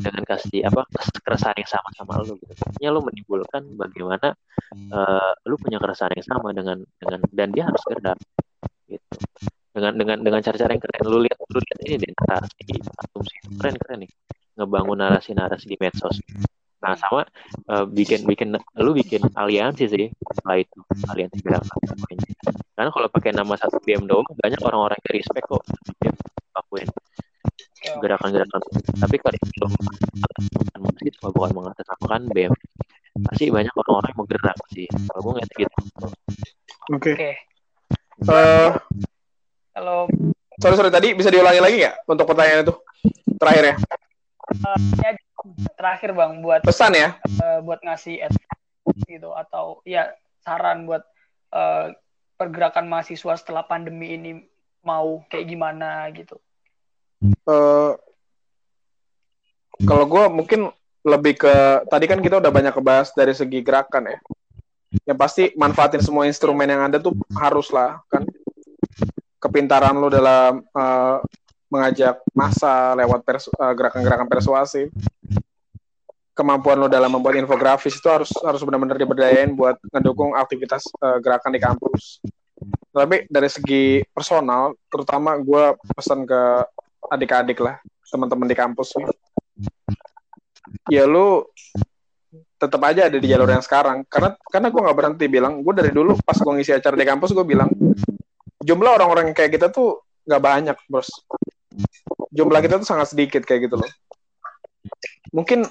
dengan kasih keresahan yang sama lu gitu. Artinya lu menimbulkan bagaimana lu punya keresahan yang sama dengan dan dia harus gerak gitu. Dengan cara-cara yang keren. Lu lihat ini deh, narasi asumsi keren nih, ngebangun narasi di medsos. Nah sama bikin aliansi sih setelah itu, aliansi gerakan. Karena kalau pakai nama satu BM doang banyak orang-orang yang respect kok lakuin gerakan-gerakan. Tapi kalau itu mahasiswa bukan mengatasnamakan BM, pasti banyak orang-orang yang mau gerak sih. Kalau gue ngeliat gitu. Oke. Kalau sorry tadi bisa diulangi lagi nggak untuk pertanyaan itu terakhir ya? Terakhir Bang, buat pesan ya, buat ngasih gitu atau ya saran buat pergerakan mahasiswa setelah pandemi ini mau kayak gimana gitu. Kalau gue mungkin lebih ke tadi kan kita udah banyak kebahas dari segi gerakan ya. Yang pasti manfaatin semua instrumen yang ada tuh harus lah kan. Kepintaran lo dalam mengajak massa lewat gerakan-gerakan persuasif, kemampuan lo dalam membuat infografis itu harus benar-benar diberdayain buat ngedukung aktivitas gerakan di kampus. Tapi dari segi personal, terutama gue pesan ke adik-adik lah, teman-teman di kampus nih, ya lo tetap aja ada di jalur yang sekarang. Karena gue nggak berhenti bilang, gue dari dulu pas gue ngisi acara di kampus gue bilang, jumlah orang-orang yang kayak kita tuh nggak banyak, bos. Jumlah kita tuh sangat sedikit kayak gitu loh. Mungkin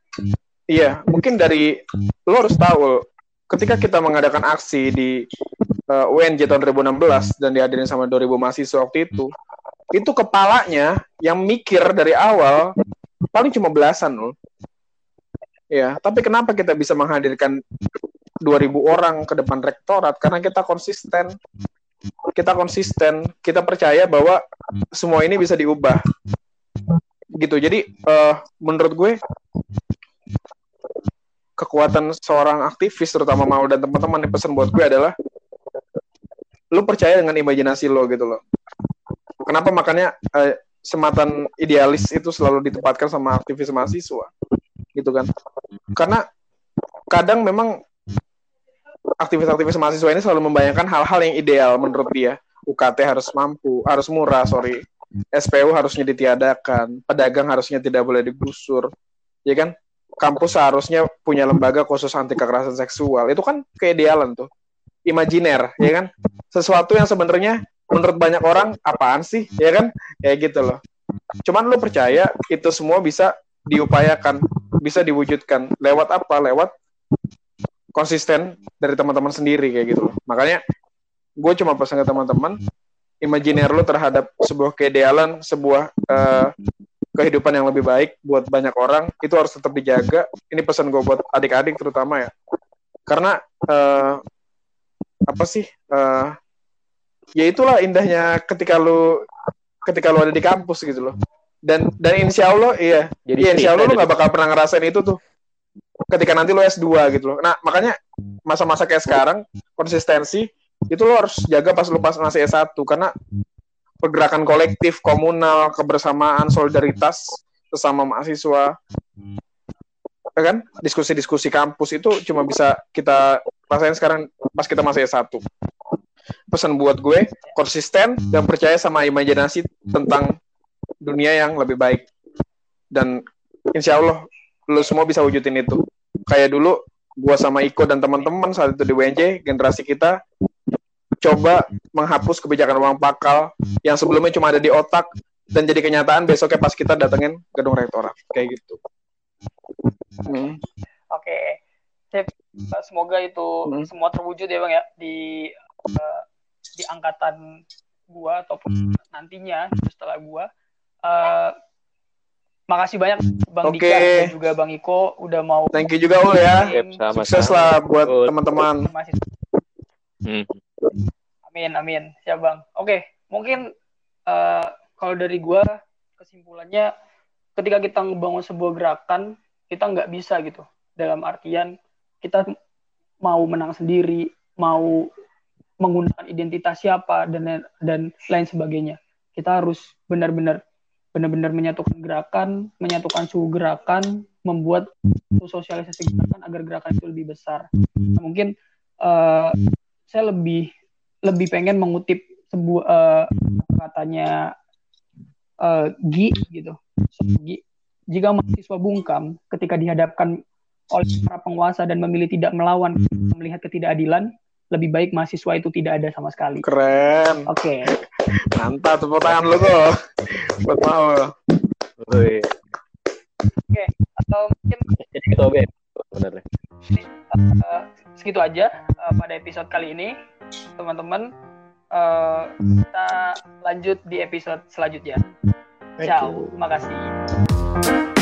dari lo harus tahu ketika kita mengadakan aksi di UNJ tahun 2016 dan dihadirin sama 2000 mahasiswa waktu itu kepalanya yang mikir dari awal paling cuma belasan loh. Ya, tapi kenapa kita bisa menghadirkan 2000 orang ke depan rektorat? Karena kita konsisten. Kita percaya bahwa semua ini bisa diubah. Gitu. Jadi menurut gue kekuatan seorang aktivis, terutama Mau dan teman-teman, yang pesan buat gue adalah lu percaya dengan imajinasi lo gitu loh. Kenapa makanya sematan idealis itu selalu ditempatkan sama aktivis mahasiswa gitu kan. Karena kadang memang aktivis-aktivis mahasiswa ini selalu membayangkan hal-hal yang ideal menurut dia. UKT harus murah, SPU harusnya ditiadakan, pedagang harusnya tidak boleh digusur, ya kan? Kampus seharusnya punya lembaga khusus anti kekerasan seksual. Itu kan keidealan tuh, imajiner, ya kan? Sesuatu yang sebenarnya menurut banyak orang apaan sih, ya kan? Kayak gitu loh. Cuman lo percaya itu semua bisa diupayakan, bisa diwujudkan. Lewat apa? Lewat konsisten dari teman-teman sendiri kayak gitu loh. Makanya gue cuma pesan ke teman-teman, imajiner lo terhadap sebuah keidealan, sebuah kehidupan yang lebih baik buat banyak orang, itu harus tetap dijaga. Ini pesan gue buat adik-adik terutama ya. Karena ya itulah indahnya ketika lu ada di kampus gitu loh. Dan insya Allah insya Allah lu nggak bakal pernah ngerasain itu tuh ketika nanti lu S2 gitu loh. Nah makanya masa-masa kayak sekarang konsistensi itu lo harus jaga pas masih S1, karena pergerakan kolektif, komunal, kebersamaan, solidaritas sesama mahasiswa, ya kan? Diskusi-diskusi kampus itu cuma bisa kita rasain sekarang pas kita masih S1. Pesan buat gue, konsisten dan percaya sama imajinasi tentang dunia yang lebih baik. Dan insya Allah lo semua bisa wujudin itu. Kayak dulu gue sama Iko dan teman-teman saat itu di WNJ, generasi kita coba menghapus kebijakan uang pakal yang sebelumnya cuma ada di otak dan jadi kenyataan besoknya pas kita datengin gedung rektorat kayak gitu. Oke. Semoga itu semua terwujud ya Bang ya di angkatan gua ataupun nantinya setelah gua. Makasih banyak Bang Dika dan juga Bang Iko udah mau. Thank you juga Ul ya. Sukses lah buat teman-teman. Amin. Siap Bang. Oke, mungkin kalau dari gue kesimpulannya, ketika kita ngebangun sebuah gerakan, kita nggak bisa gitu. Dalam artian kita mau menang sendiri, mau menggunakan identitas siapa dan lain sebagainya. Kita harus benar-benar benar-benar menyatukan gerakan, menyatukan suhu gerakan, membuat sosialisasi gerakan agar gerakan itu lebih besar. Nah, mungkin saya lebih pengen mengutip sebuah katanya Gi gitu. Gi, jika mahasiswa bungkam ketika dihadapkan oleh para penguasa dan memilih tidak melawan, melihat ketidakadilan, lebih baik mahasiswa itu tidak ada sama sekali. Keren. Oke. Mantap, tepuk tangan lu tuh. Buat mau. Oke, Atau mungkin jadi ketua BEM sebenarnya. Segitu aja pada episode kali ini, teman-teman. Kita lanjut di episode selanjutnya. Ciao, terima kasih.